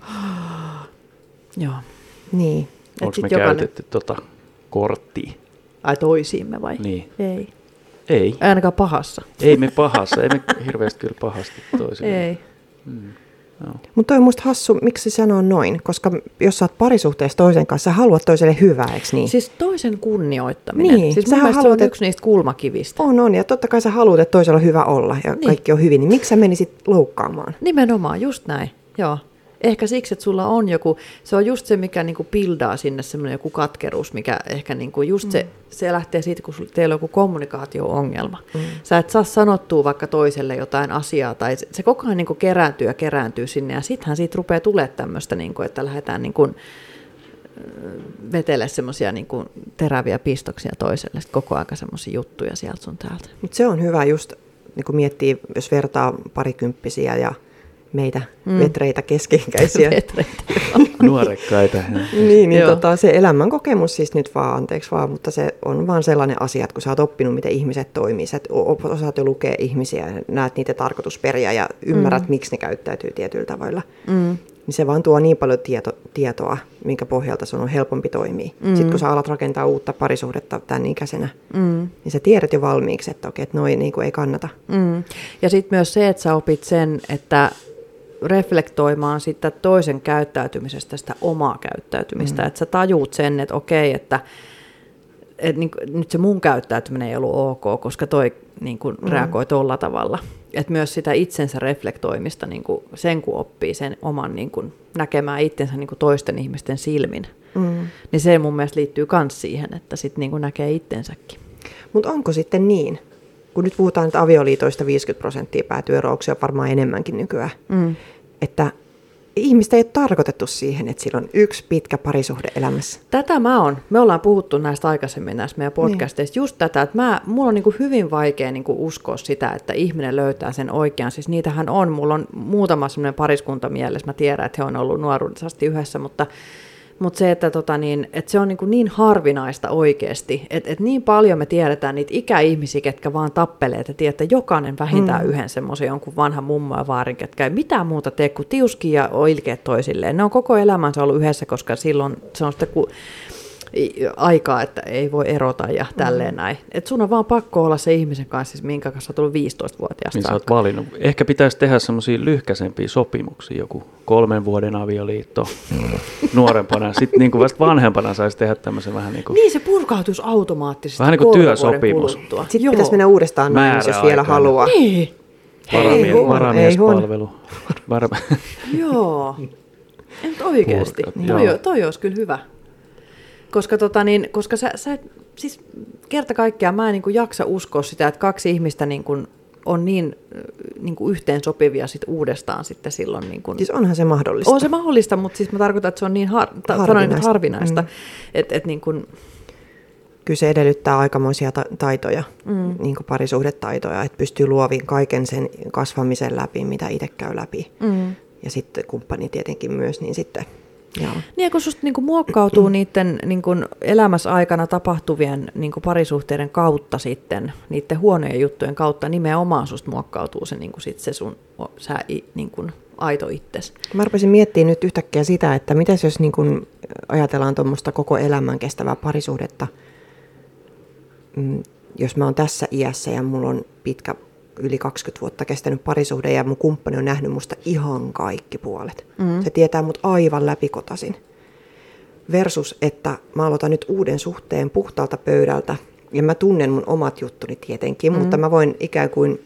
joo. Niin. Onko me jokainen... käytetty tota korttia? Ai toisiimme vai? Niin. Ei. Ei. Ei ainakaan pahassa. Ei me pahassa, ei me hirveästi kyllä pahasti toisille. Ei. Mm. No. Mutta toi on musta hassu, miksi sanoo noin, koska jos sä oot parisuhteessa toisen kanssa, sä haluat toiselle hyvää, eikö niin? Siis toisen kunnioittaminen. Niin. Siis mun mielestä haluat, se on yksi niistä kulmakivistä. On, on, ja totta kai sä haluat, että toisella on hyvä olla ja niin. kaikki on hyvin, niin miksi sä menisit loukkaamaan? Nimenomaan, just näin, joo. Ehkä siksi, että sulla on joku, se on just se, mikä niinku pildaa sinne semmoinen joku katkeruus, mikä ehkä niinku just mm. se, se lähtee siitä, kun teillä on joku kommunikaatio-ongelma. Mm. Sä et saa sanottua vaikka toiselle jotain asiaa, tai se, se koko ajan niinku kerääntyy ja kerääntyy sinne, ja sittenhän siitä rupeaa tulemaan tämmöistä, niinku, että lähdetään niinku vetele semmoisia niinku teräviä pistoksia toiselle, sit koko ajan semmoisia juttuja sieltä sun täältä. Mut se on hyvä just, niin miettii, jos vertaa parikymppisiä ja meitä mm. vetreitä keski-ikäisiä. Vetreitä, nuorekkaita. niin, niin tota, se elämän kokemus siis nyt vaan, anteeksi vaan, mutta se on vaan sellainen asia, että kun sä oot oppinut, miten ihmiset toimii, sä osaat jo lukea ihmisiä ja näet niitä tarkoitusperiä ja ymmärrät, mm. miksi ne käyttäytyy tietyillä tavoilla. Mm. Niin se vaan tuo niin paljon tieto, tietoa, minkä pohjalta sun on helpompi toimia. Mm. Sitten kun sä alat rakentaa uutta parisuhdetta tämän ikäisenä, mm. niin sä tiedät jo valmiiksi, että okei, että noi niin kuin ei kannata. Mm. Ja sitten myös se, että sä opit sen, että reflektoimaan sitä toisen käyttäytymisestä sitä omaa käyttäytymistä. Mm. Että sä tajuut sen, että okei, että, että niin, nyt se mun käyttäytyminen ei ollut ok, koska toi niin kuin mm. reagoi tolla tavalla. Että myös sitä itsensä reflektoimista, niin kuin sen kun oppii sen oman niin kuin näkemään itsensä niin kuin toisten ihmisten silmin, mm. niin se mun mielestä liittyy myös siihen, että sitten niin kuin näkee itsensäkin. Mutta onko sitten niin, kun nyt puhutaan, että avioliitoista viisikymmentä prosenttia päätyy erouksia, varmaan enemmänkin nykyään, mm. että ihmistä ei ole tarkoitettu siihen, että sillä on yksi pitkä parisuhde elämässä. Tätä mä oon. Me ollaan puhuttu näistä aikaisemmin näistä meidän podcasteista. Niin. Just tätä, että mä, mulla on niinku hyvin vaikea niinku uskoa sitä, että ihminen löytää sen oikean. Siis niitähän on. Mulla on muutama semmoinen pariskunta mielessä. Mä tiedän, että he on ollut nuoruudessa asti yhdessä, mutta Mutta se, että, tota niin, että se on niin, niin harvinaista oikeasti, että, että niin paljon me tiedetään niitä ikäihmisiä, ketkä vaan tappelee, että tiedätte, jokainen vähintään mm. yhden semmoisen jonkun vanhan mummo ja vaarin, ketkä ei mitään muuta tee kuin tiuski ja ilkeät toisilleen. Ne on koko elämänsä ollut yhdessä, koska silloin se on sitten ku, aikaa, että ei voi erota ja tälleen mm. näin. Että sun on vaan pakko olla se ihmisen kanssa, siis minkä kanssa olet ollut viisitoistavuotiaasta niin saakka. Sä oot valinnut. Ehkä pitäisi tehdä semmoisia lyhkäisempiä sopimuksia, joku kolmen vuoden avioliitto nuorempana. Sitten niin kuin vasta vanhempana saisi tehdä tämmöisen vähän niin kuin... Niin, se purkautuisi automaattisesti vähän niin kuin työsopimus. Sitten Joo. pitäisi mennä uudestaan näin, jos vielä haluaa. Niin. Varamie, varamiespalvelu. Varam... Joo. En oikeasti. Toi, toi olisi kyllä hyvä. Koska, tota niin, koska sä, sä, siis kerta kaikkiaan mä en niin kuin jaksa uskoa sitä, että kaksi ihmistä niin kuin on niin, niin kuin yhteensopivia sit uudestaan sitten silloin. Niin kuin, siis onhan se mahdollista. On se mahdollista, mutta siis mä tarkoitan, että se on niin har, ta, harvinaista, harvinaista mm. että et niin kuin... Kyllä se edellyttää aikamoisia ta- taitoja, mm. niin kuin parisuhdetaitoja, että pystyy luoviin kaiken sen kasvamisen läpi, mitä itse käy läpi. Mm. Ja sitten kumppani tietenkin myös, niin sitten... Joo. Niin ja kun susta niinku muokkautuu niiden niinku elämässä aikana tapahtuvien niinku parisuhteiden kautta sitten, niiden huonojen juttujen kautta nimenomaan susta muokkautuu se, niinku sit se sun sä, niinku, aito itsesi. Mä rupesin miettimään nyt yhtäkkiä sitä, että mitäs jos niinku ajatellaan tuommoista koko elämän kestävää parisuhdetta, jos mä oon tässä iässä ja mulla on pitkä yli kaksikymmentä vuotta kestänyt parisuhde ja mun kumppani on nähnyt musta ihan kaikki puolet. Mm. Se tietää mut aivan läpikotasin. Versus, että mä aloitan nyt uuden suhteen puhtaalta pöydältä ja mä tunnen mun omat juttuni tietenkin, mm. mutta mä voin ikään kuin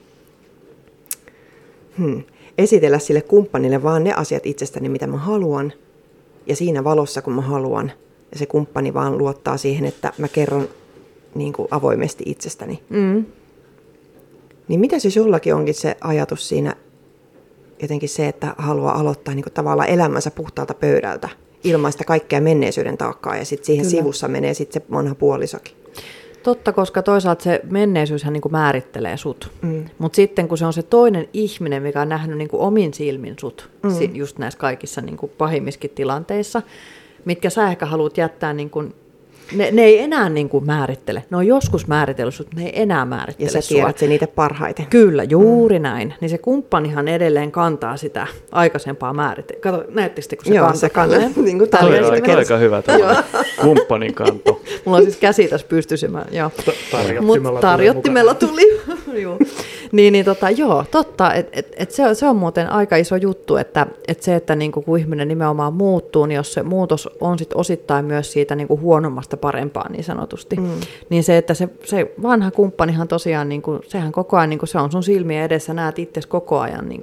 hmm, esitellä sille kumppanille vaan ne asiat itsestäni, mitä mä haluan ja siinä valossa, kun mä haluan. Ja se kumppani vaan luottaa siihen, että mä kerron niin kuin avoimesti itsestäni. Mm. Niin mitäs jos jollakin onkin se ajatus siinä, jotenkin se, että haluaa aloittaa niin kuin tavallaan elämänsä puhtaalta pöydältä, ilman sitä kaikkea menneisyyden taakkaa, ja sitten siihen Kyllä. sivussa menee sitten se vanha puolisokin. Totta, koska toisaalta se menneisyyshän niin kuin määrittelee sut. Mm. Mutta sitten kun se on se toinen ihminen, mikä on nähnyt niin kuin omin silmin sut, mm. just näissä kaikissa niin kuin pahimmissakin tilanteissa, mitkä sä ehkä haluat jättää... Niin kuin Ne, ne ei enää niin kuin määrittele. Ne on joskus määritellyt, mutta ne ei enää määrittele sua. Ja sä tiedät se niitä parhaiten. Kyllä, juuri mm. näin. Niin se kumppanihan edelleen kantaa sitä aikaisempaa määritelmää. Kato, näettekö kun se Joo, kantaa? se kantaa. Niin kuin toi on aika, aika hyvä tämä kumppanin kanto. Mulla on siis käsi tässä pystyssä. Joo. Tarjottimella, tarjottimella tuli. Joo. Niin, niin tota, joo, totta. Et, et, et se, se on muuten aika iso juttu, että et se, että niinku, kun ihminen nimenomaan muuttuu, niin jos se muutos on sit osittain myös siitä niinku, huonommasta parempaan niin sanotusti, mm. niin se, että se, se vanha kumppanihan tosiaan, niinku, sehän koko ajan, niinku, se on sun silmien edessä, näet itsesi koko ajan niinku,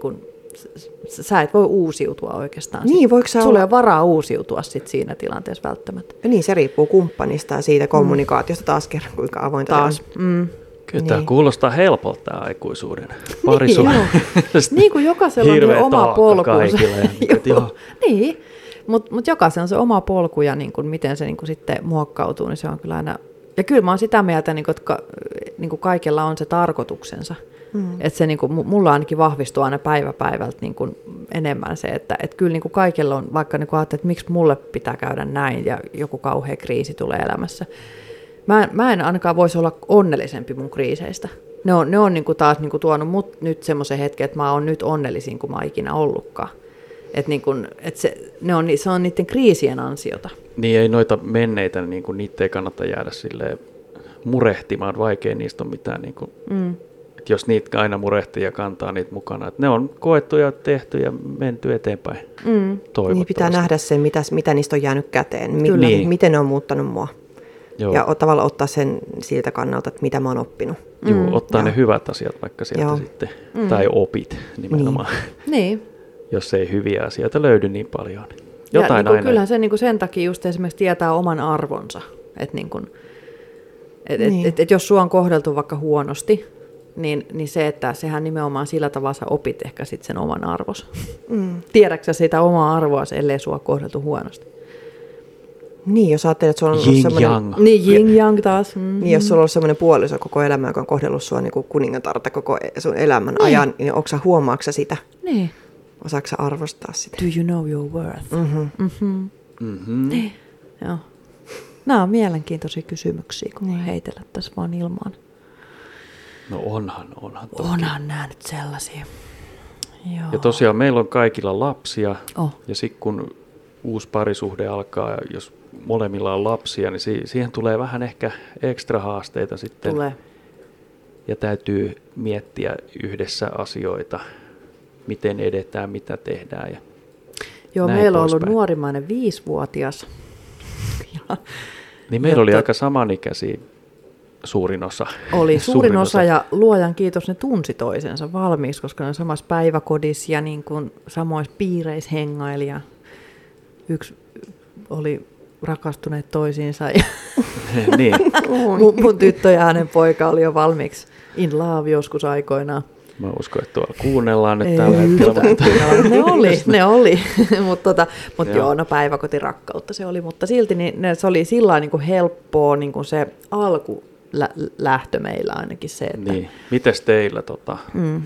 sä et voi uusiutua oikeastaan. Niin, voiko Sulla olla... ei ole varaa uusiutua sit siinä tilanteessa välttämättä. Niin, se riippuu kumppanista ja siitä kommunikaatiosta taas kerran, kuinka avointa Taas. se on. Mm. Kyllä Niin. tämä kuulostaa helpolta tämä aikuisuuden parisuhde. Niin kuin jokaisella on Hirveä se oma taakka polkunsa. kaikille ja niin, että joo. Niin, mutta mut jokaisella on se oma polku ja niin kuin miten se niin kuin sitten muokkautuu, niin se on kyllä aina... Ja kyllä mä oon sitä mieltä, niin kuin, että ka, niin kuin kaikella on se tarkoituksensa. Mm. Että se niin kuin, mulla ainakin vahvistuu aina päivä päivältä niin kuin enemmän se, että, että kyllä niin kuin kaikella on, vaikka niin kuin ajattelee, että miksi mulle pitää käydä näin ja joku kauhea kriisi tulee elämässä. Mä, mä en ainakaan voisi olla onnellisempi mun kriiseistä. Ne on, ne on niin kuin taas niin kuin tuonut mut nyt semmoisen hetken, että mä oon nyt onnellisin kuin mä oon ikinä ollutkaan. Että niin kuin, että se, ne on, se on niiden kriisien ansiota. Niin ei noita menneitä, niin kuin, niitä ei kannata jäädä silleen murehtimaan, vaikea niistä on mitään. Niin kuin, Mm. että jos niitä aina murehtii ja kantaa niitä mukana, että ne on koettu ja tehty ja menty eteenpäin. Mm. Niin pitää nähdä sen, mitä, mitä niistä on jäänyt käteen, mi- Niin. miten ne on muuttanut mua. Joo. Ja tavallaan ottaa sen siltä kannalta, että mitä mä oon oppinut. Joo, Mm. ottaa Joo. ne hyvät asiat vaikka sieltä Joo. sitten, tai opit nimenomaan, Niin. jos ei hyviä asioita löydy niin paljon. Ja Jotain niin kuin, aina. kyllähän se niin kuin sen takia just esimerkiksi tietää oman arvonsa. Että niin kuin, et, Niin. et, et, et jos sua on kohdeltu vaikka huonosti, niin, niin se, että sehän nimenomaan sillä tavalla sä opit ehkä sit sen oman arvos. Mm. Tiedätkö sä sitä omaa arvoa, ellei sua kohdeltu huonosti? Niin, jos ajattelet, että sulla on ollut Yin semmoinen... yang. Niin, yin yang taas. Mm-hmm. Niin, jos sulla on ollut semmoinen puoliso koko elämä, joka on kohdellut sua niin kuin kuningatarta koko sun elämän Niin. ajan, niin onko sä huomaatko sä sitä? Niin. Osaatko sä arvostaa sitä? Do you know your worth? Mm-hmm. Mm-hmm. Mm-hmm. Joo. Nämä on mielenkiintoisia kysymyksiä, kun Niin. niin. heitellä tässä vaan ilmaan. No onhan, onhan toki. Onhan nämä nyt sellaisia. Joo. Ja tosiaan meillä on kaikilla lapsia, Oh. ja sitten kun uusi parisuhde alkaa, ja jos molemmilla on lapsia, niin si- siihen tulee vähän ehkä ekstra haasteita sitten. Tulee. Ja täytyy miettiä yhdessä asioita, miten edetään, mitä tehdään. Ja Joo, näin meillä on ollut poispäin. nuorimmainen viisivuotias. Ja Niin meillä oli Jotta- aika samanikäisiä suurin osa. oli suurin osa ja luojan kiitos ne tunsi toisensa valmiiksi, koska ne on samassa päiväkodissa ja niin kuin samoissa piireissä hengaili ja yksi oli rakastuneet toisiinsa ja niin. mun, mun tyttö ja hänen poika oli jo valmiiksi in love joskus aikoinaan. Mä uskon, että tuolla kuunnellaan nyt Ei tällä hetkellä. yhtään. Mutta Joo, ne oli, ne oli. Mutta tota, mut Joo. joo, no päiväkotirakkautta se oli, mutta silti niin ne, se oli sillä niin kuin helppoa niin kuin se alkulähtö meillä ainakin se, että niin. Mites teillä? Tota, mm,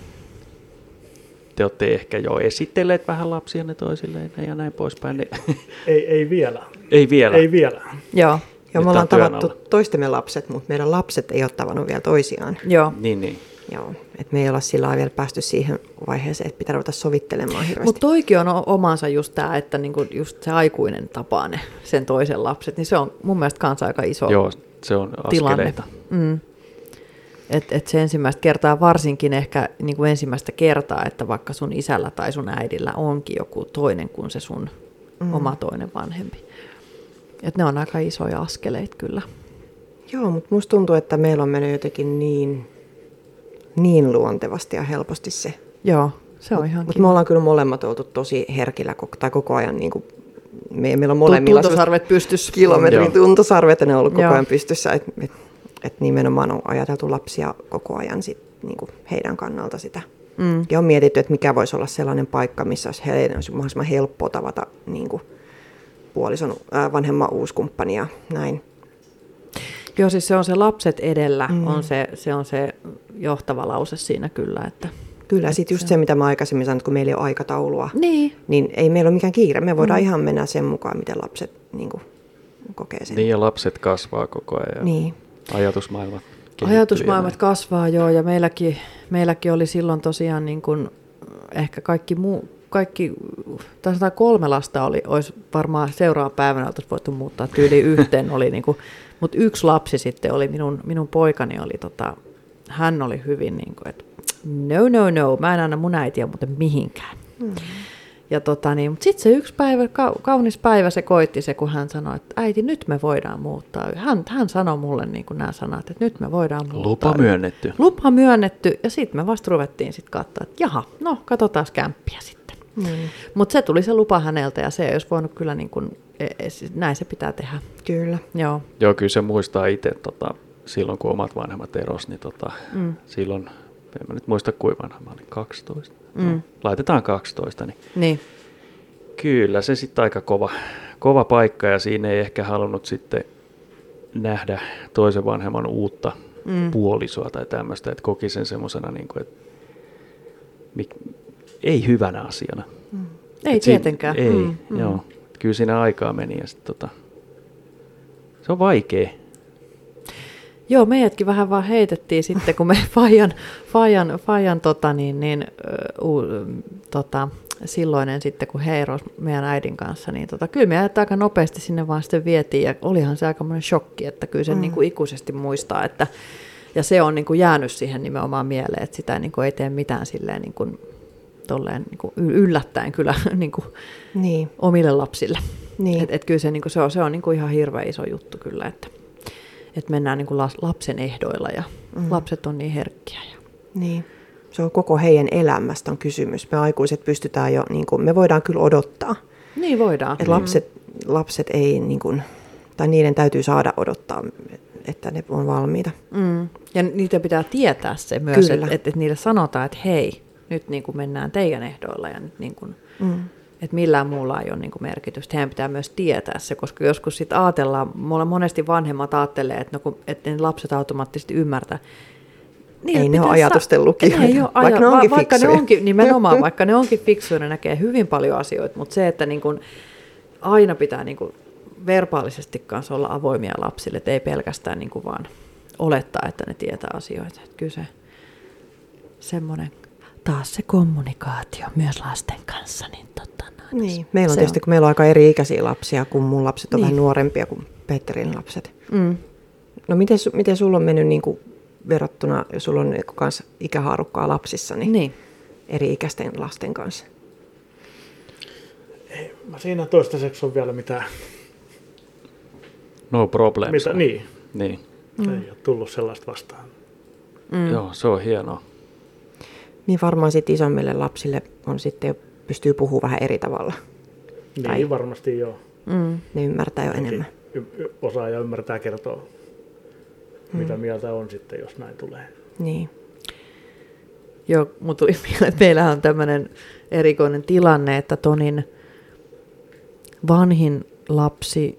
te olette ehkä jo esitelleet vähän lapsianne toisilleen ja näin poispäin. Niin, Ei, ei vielä. ei vielä. Ei vielä. joo, Joo, Nyt me ollaan on työn tavattu alla. toistemme lapset, mutta meidän lapset ei ole tavannut vielä toisiaan. joo. Niin, niin. Joo, että me ei olla sillä lailla vielä päästy siihen vaiheeseen, että pitää ruveta sovittelemaan hirveästi. Mutta toikin on o- omansa just tämä, että niinku just se aikuinen tapaa ne sen toisen lapset, niin se on mun mielestä kanssa aika iso Joo, se on tilanne. askeleita. Mm. Et, et se ensimmäistä kertaa, varsinkin ehkä niin kuin ensimmäistä kertaa, että vaikka sun isällä tai sun äidillä onkin joku toinen kuin se sun mm. oma toinen vanhempi. Et ne on aika isoja askeleita kyllä. Joo, mutta musta tuntuu, että meillä on mennyt jotenkin niin, niin luontevasti ja helposti se. Joo, se on ihan Mutta kiva. me ollaan kyllä molemmat oltu tosi herkillä koko, tai koko ajan, niin kuin, me, meillä on molemmilla Tuntosarvet pystyssä. kilometrin Joo. tuntosarvet, ja ne on ollut koko Joo. ajan pystyssä, että et, et nimenomaan on ajateltu lapsia koko ajan sit, niin kuin heidän kannalta sitä. Mm. Ja on mietitty, että mikä voisi olla sellainen paikka, missä olisi, heidän olisi mahdollisimman helppoa tavata niin kuin puolison ää, vanhemman uuskumppani ja näin. Joo, siis se on se lapset edellä, Mm. mm. on se, se on se johtava lause siinä kyllä. Että, Kyllä, sitten just se, mitä mä aikaisemmin sanoin, että kun meillä ei ole aikataulua, niin, niin ei meillä ole mikään kiire. Me voidaan mm. ihan mennä sen mukaan, miten lapset niin kuin, kokee sen. Niin ja lapset kasvaa koko ajan. Ja Niin. ajatusmaailmat kehittyy. ajatusmaailmat ja kasvaa joo, ja meilläkin, meilläkin oli silloin tosiaan niin kuin ehkä kaikki muu, kaikki, tai sanotaan kolme lasta oli, olisi varmaan seuraavan päivänä oltaisiin voitu muuttaa tyyliin yhteen, oli niin kuin, mutta yksi lapsi sitten oli, minun, minun poikani oli, tota, hän oli hyvin niin kuin, että no, no, no, mä en anna mun äitiä muuten mihinkään. Mm. Ja tota niin, mutta sitten se yksi päivä, ka, kaunis päivä se koitti se, kun hän sanoi, että äiti, nyt me voidaan muuttaa. Hän, hän sanoi mulle niin kuin nämä sanat, että nyt me voidaan muuttaa. Lupa myönnetty. Lupa myönnetty, ja sitten me vasta ruvettiin sitten katsoa, että jaha, no katsotaan kämppiä sitten. Mm. Mutta se tuli se lupa häneltä, ja se ei olisi voinut kyllä, niin kuin, näin se pitää tehdä. Kyllä. Joo. Joo, kyllä se muistaa itse tota, silloin, kun omat vanhemmat eros, niin tota, mm. silloin, en mä nyt muista kuinka vanha, mä olin kaksitoista. Mm. No, laitetaan kaksitoista, niin, niin. Kyllä se sitten aika kova, kova paikka, ja siinä ei ehkä halunnut sitten nähdä toisen vanhemman uutta mm. puolisoa tai tämmöistä, että koki sen semmoisena, niin kuin, että mik, ei hyvänä asiana. Mm. Ei et tietenkään. Siinä, ei, mm, mm. joo. Kyllä siinä aikaa meni, ja sit, tota, se on vaikea. Joo, meidätkin vähän vaan heitettiin sitten, kun me Fajan, Fajan, Fajan tota, niin, niin, uh, tota, silloinen sitten, kun he erosi meidän äidin kanssa, niin tota, kyllä me aika nopeasti sinne vaan sitten vietiin, ja olihan se aikamoinen shokki, että kyllä sen mm. niin kuin ikuisesti muistaa, että, ja se on niin kuin jäänyt siihen nimenomaan mieleen, että sitä niin kuin ei tee mitään silleen niin kuin, tolleen, niin kuin yllättäen kyllä niin kuin niin. omille lapsille. Niin. Että et kyllä se, niin kuin, se on, se on niin kuin ihan hirveän iso juttu kyllä, että että mennään niin kuin lapsen ehdoilla ja mm. lapset on niin herkkiä. Ja. Niin. Se on koko heidän elämästä on kysymys. Me aikuiset pystytään jo, niin kuin, me voidaan kyllä odottaa. Niin voidaan. Että mm. lapset, lapset ei, niin kuin, tai niiden täytyy saada odottaa, että ne on valmiita. Mm. Ja niitä pitää tietää se myös, että, että niille sanotaan, että hei, nyt niin kuin mennään teidän ehdoilla ja nyt niin kuin, mm. että millään muulla ei ole niin kuin merkitystä. Heidän pitää myös tietää se, koska joskus sitten ajatellaan, mulla monesti vanhemmat ajattelee, että, no kun, että ne lapset automaattisesti ymmärtää. Niin, ei ne ole ajatusten lukijoita, vaikka ne onkin vaikka fiksuja. Ne onkin, nimenomaan, vaikka ne onkin fiksuja, ne näkee hyvin paljon asioita, mutta se, että niin kuin aina pitää niin kuin verbaalisesti kanssa olla avoimia lapsille, että ei pelkästään niin kuin vaan olettaa, että ne tietää asioita. Että kyllä se semmoinen, taas se kommunikaatio myös lasten kanssa, niin totta. Niin. Meillä on tietysti, on. kun meillä on aika eri-ikäisiä lapsia, kun mun lapset on niin. vähän nuorempia kuin Petterin lapset. Mm. No miten, miten sulla on mennyt niin kuin verrattuna, jos sulla on niin kans ikähaarukkaa lapsissa, niin, niin eri-ikäisten lasten kanssa? Ei, mä siinä toistaiseksi on vielä mitään. No problem. Mitä, niin. niin. Mm. Ei ole tullut sellaista vastaan. Mm. Joo, se on hienoa. Niin varmaan sitten isommille lapsille on sitten pystyy puhumaan vähän eri tavalla. Niin, tai varmasti joo. Mm. Ne ymmärtää jo Enkin enemmän. Y- osaa ja ymmärtää kertoa, mm. mitä mieltä on sitten, jos näin tulee. Niin. Joo, mutta meillähän on tämmöinen erikoinen tilanne, että Tonin vanhin lapsi,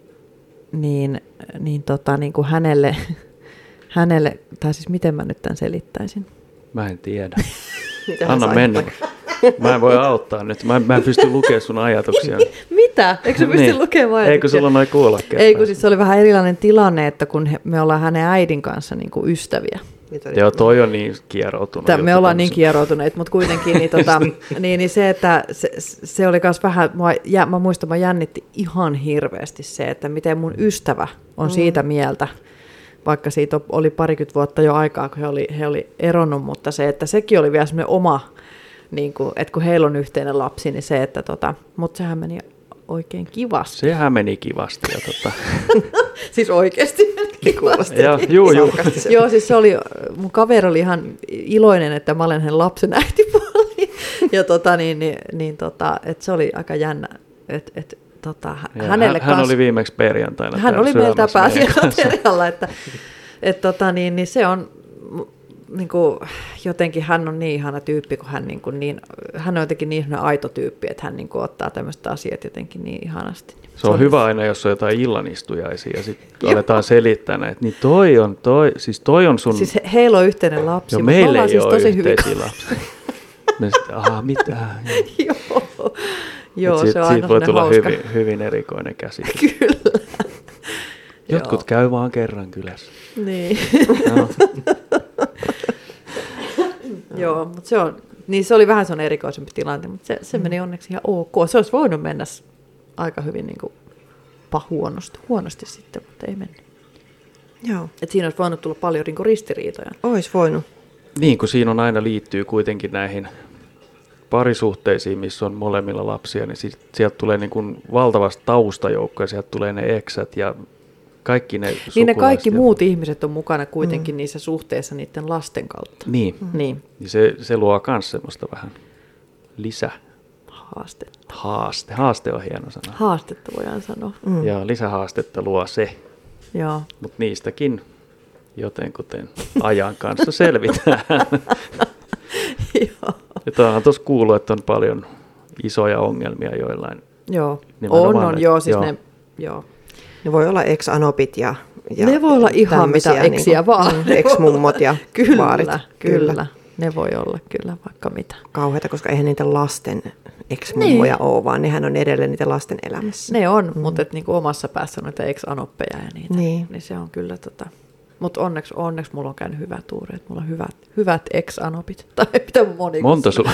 niin, niin, tota, niin kuin hänelle, hänelle, tai siis miten mä nyt tämän selittäisin? Mä en tiedä. Anna mennä. Mä en voi auttaa nyt. Mä en, mä en pysty lukemaan sun ajatuksia. Mitä? Eikö sä pysty niin. lukemaan ajatuksia? Eikö sulla noin kuulokkeet? Ei, kun siis se oli vähän erilainen tilanne, että kun he, me ollaan hänen äidin kanssa niin kuin ystäviä. Joo, toi on niin kieroutunut. Tää, me ollaan niin kieroutuneet, mutta kuitenkin niin, tota, niin, niin se, että se, se oli myös vähän, mua, ja, mä muistan, mä jännitti ihan hirveästi se, että miten mun ystävä on mm. siitä mieltä, vaikka siitä oli parikymmentä vuotta jo aikaa, kun he oli, he oli eronnut, mutta se, että sekin oli vielä semmoinen oma, niin kuin, että kun heillä on yhteinen lapsi, niin se, että tota, mutta sehän meni oikein kivasti. Sehän meni kivasti. Ja tota. Siis oikeasti meni kivasti. Ja, juu, juu. Joo, siis se oli, mun kaveri oli ihan iloinen, että mä olen hänen lapsen äitipuoli. Ja tota, niin, niin, niin tota, että se oli aika jännä, että et, tota, hänelle hän, hän kans, oli viimeksi perjantaina. Hän oli meiltä pääsiäisperjalla, että et, tota, niin, niin se on niin kuin, jotenkin hän on niin ihana tyyppi, kun hän, niin kuin, niin, hän on jotenkin niin aito tyyppi, että hän niin kuin, ottaa tämmöiset asiat jotenkin niin ihanasti. Se on, on hyvä aina, jos on jotain illanistujaisia ja sitten aletaan selittää näitä. Niin toi on, toi, siis toi on sun... Siis he, heillä on yhteinen lapsi, jo, mutta meillä me ollaan siis tosi yhteisiä lapsia. Me sitten, aha, mitä? Joo, Joo sit, se on siitä aina voi tulla hauska. hyvin, hyvin erikoinen käsitys. Kyllä. Jotkut käy vaan kerran kylässä. Niin. Joo, mutta se on, niin se oli vähän sellainen erikoisempi tilanne, mutta se, se meni onneksi ihan ok. Se olisi voinut mennä aika hyvin niin kuin huonosti, huonosti sitten, mutta ei mennyt. Joo. Et siinä olisi voinut tulla paljon niin kuin ristiriitoja. Ois voinut. Niin, kun siinä on aina liittyy kuitenkin näihin parisuhteisiin, missä on molemmilla lapsia, niin sit, sieltä tulee niin kuin valtavasti taustajoukkoja, sieltä tulee ne eksät ja kaikki ne sukulaiset. Niin ne kaikki muut ihmiset on mukana kuitenkin mm. niissä suhteissa niiden lasten kautta. Niin, mm. niin. Se, se luo myös semmoista vähän lisä. Haastetta. Haaste. Haaste on hieno sana. Haastetta voidaan sanoa. Mm. Ja lisähaastetta luo se. Joo. Mutta niistäkin jotenkuten ajan kanssa selvitään. Joo. Ja tämähän tuossa kuuluu, että on paljon isoja ongelmia joillain. Joo, on, on, ne, joo, siis joo. ne, joo. Ne voi olla ex-anopit ja, ja ne voi olla ihan mitä eksiä niin vaan. Ex-mummot ja kyllä, vaarit. Kyllä, kyllä, ne voi olla kyllä vaikka mitä. Kauheata, koska eihän niitä lasten ex-mummoja niin. ole, vaan nehän on edelleen niitä lasten elämässä. Ne on, mm. mutta niinku omassa päässä on niitä ex-anoppeja ja niitä. Niin. niin se on kyllä tota... Mutta onneksi, onneksi mulla on käynyt hyvä tuuri, että mulla on hyvät, hyvät ex-anopit. Tai mitä moni. Monta sulla?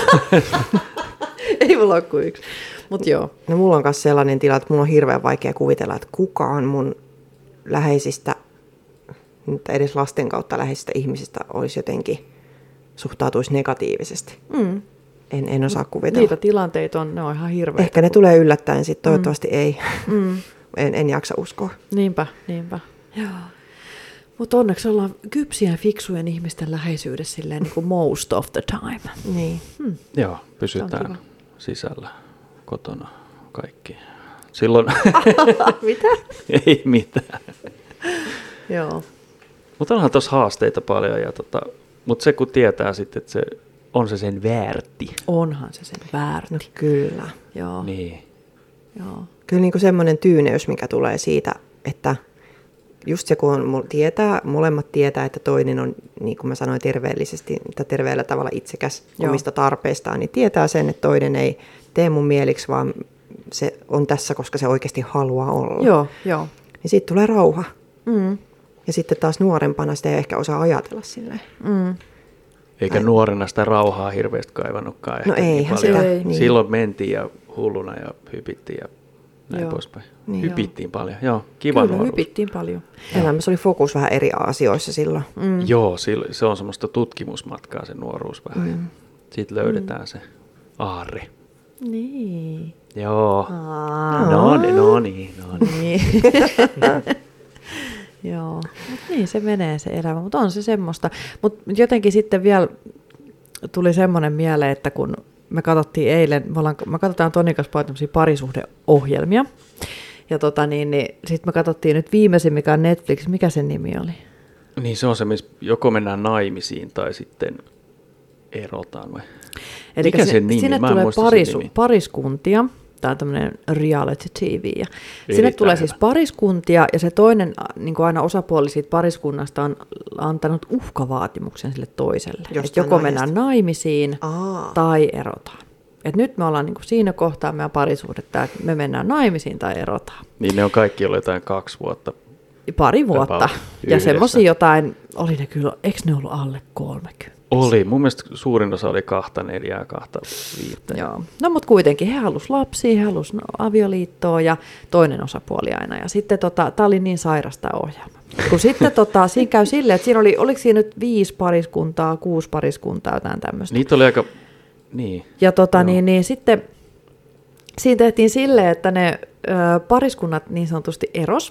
Ei mulla ole kuin yksi. Mut joo. No mulla on myös sellainen tila, että mulla on hirveän vaikea kuvitella, että kukaan mun läheisistä, edes lasten kautta läheisistä ihmisistä olisi jotenkin suhtautuisi negatiivisesti. Mm. En, en osaa kuvitella. Niitä tilanteita on, ne on ihan hirveitä. Ehkä ne tulee yllättäen, sitten toivottavasti mm. ei. Mm. En, en jaksa uskoa. Niinpä, niinpä. Joo. Mutta onneksi ollaan kypsiä ja fiksujen ihmisten läheisyydessä silleen niin kuin most of the time. Niin. Hmm. Joo, pysytään sisällä, kotona, kaikki. Silloin... Mitä? Ei mitään. Joo. Mutta onhan tuossa haasteita paljon, ja tota, mutta se kun tietää sitten, että se on se sen väärti. Onhan se sen väärti. No kyllä. Joo. Niin. Joo. Kyllä niin kuin semmoinen tyyneys, mikä tulee siitä, että just se, kun on, tietää, molemmat tietää, että toinen on, niin kuin mä sanoin, terveellisesti tai terveellä tavalla itsekäs Joo. omista tarpeistaan, niin tietää sen, että toinen ei tee mun mieliksi, vaan se on tässä, koska se oikeasti haluaa olla. Joo, joo. Niin siitä tulee rauha. Mm. Ja sitten taas nuorempana sitä ei ehkä osaa ajatella silleen. Mm. Eikä Näin. nuorena sitä rauhaa hirveästi kaivannutkaan. No eihän niin sitä. Niin. Silloin mentiin ja hulluna ja hypittiin ja näin Joo. poispäin. Niin hypittiin joo. paljon. Joo, kiva Kyllä, nuoruus. hypittiin paljon. Elämässä oli fokus vähän eri asioissa silloin. Mm. Joo, se on semmoista tutkimusmatkaa se nuoruus vähän. Mm. Siitä löydetään mm. se aarre. Niin. Joo. Aa. No, no, no niin. No niin. Joo, mut niin se menee se elämä, mutta on se semmoista. Mutta jotenkin sitten vielä tuli semmoinen mieleen, että kun me katsottiin eilen, me, ollaan, me katsotaan Tonin kanssa paljon tämmöisiä parisuhdeohjelmia, ja tota niin, niin sitten me katsottiin nyt viimeisin, mikä on Netflix, mikä sen nimi oli? Niin se on se, missä joko mennään naimisiin tai sitten erotaan vai? Eli mikä sen nimi? Sinne Mä en tulee muista parisu, sen nimi. pariskuntia. Tämä on tämmöinen reality T V. Ja sinne tulee hyvä. Siis pariskuntia, ja se toinen niin kuin aina osapuoli siitä pariskunnasta on antanut uhkavaatimuksen sille toiselle. Että joko mennään naimisiin Aa. tai erotaan. Et nyt me ollaan niin kuin siinä kohtaa meidän parisuhdetta, että me mennään naimisiin tai erotaan. Niin ne on kaikki ollut jotain kaksi vuotta. Pari vuotta. Ja semmoisia jotain, oli ne kyllä, eikö ne ollut alle kolmekymmentä? Oli. Mun mielestä suurin osa oli kahta neljää, kahta viittä. Joo. No mutta kuitenkin he halusi lapsia, he halusi avioliittoa ja toinen osapuoli aina. Ja sitten tota, tämä oli niin sairasta ohjelma. Kun sitten tota, siinä käy silleen, että siinä oli, oliko siinä nyt viisi pariskuntaa, kuusi pariskuntaa, jotain tämmöistä. Niitä oli aika, niin. Ja tota, niin, niin sitten siinä tehtiin silleen, että ne ö, pariskunnat niin sanotusti eros.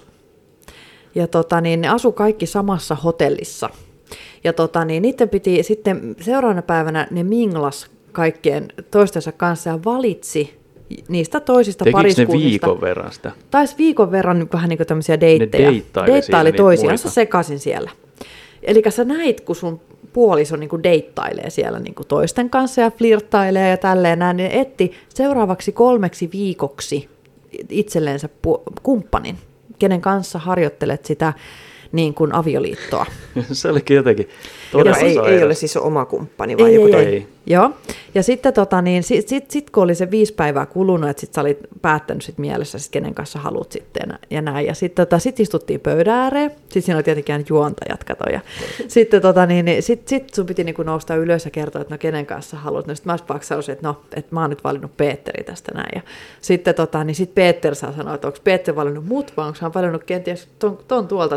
Ja tota, niin ne asu kaikki samassa hotellissa. Ja tota, niin niiden piti sitten seuraavana päivänä ne minglas kaikkien toistensa kanssa ja valitsi niistä toisista Tekikö pariskunnista. ne viikon verran sitä? Taisi viikon verran vähän niin kuin tämmöisiä deittejä. Ne deittaili, deittaili toisiansa sekaisin siellä. Eli sä näit, kun sun puoliso niin kuin deittailee siellä niin kuin toisten kanssa ja flirttailee ja tälleen näin, niin etti seuraavaksi kolmeksi viikoksi itselleensä pu- kumppanin, kenen kanssa harjoittelet sitä niin kuin avioliittoa. Se olikin jotenkin todella ei, ei ole siis oma kumppani, vai ei, joku ei, toinen? Ei. Joo, ja sitten tota, niin, sit, sit, sit, kun oli se viisi päivää kulunut, että sit sä olit päättänyt sit mielessä, sit, kenen kanssa haluat sitten ja näin. Ja sitten tota, sit istuttiin pöydän ääreen, sitten siinä oli tietenkin juontajat, kato. Ja sitten tota, niin, niin, sit, sit sun piti niinku nousta ylös ja kertoa, että no kenen kanssa haluat. No sitten mä olisin sanoisin, että no, että mä oon nyt valinnut Peetteri tästä näin. Ja sitten tota, niin sit Peetter saa sanoa, että onko Peetter valinnut mut, vai onko hän valinnut kenties ton, ton tuolta ton Liisa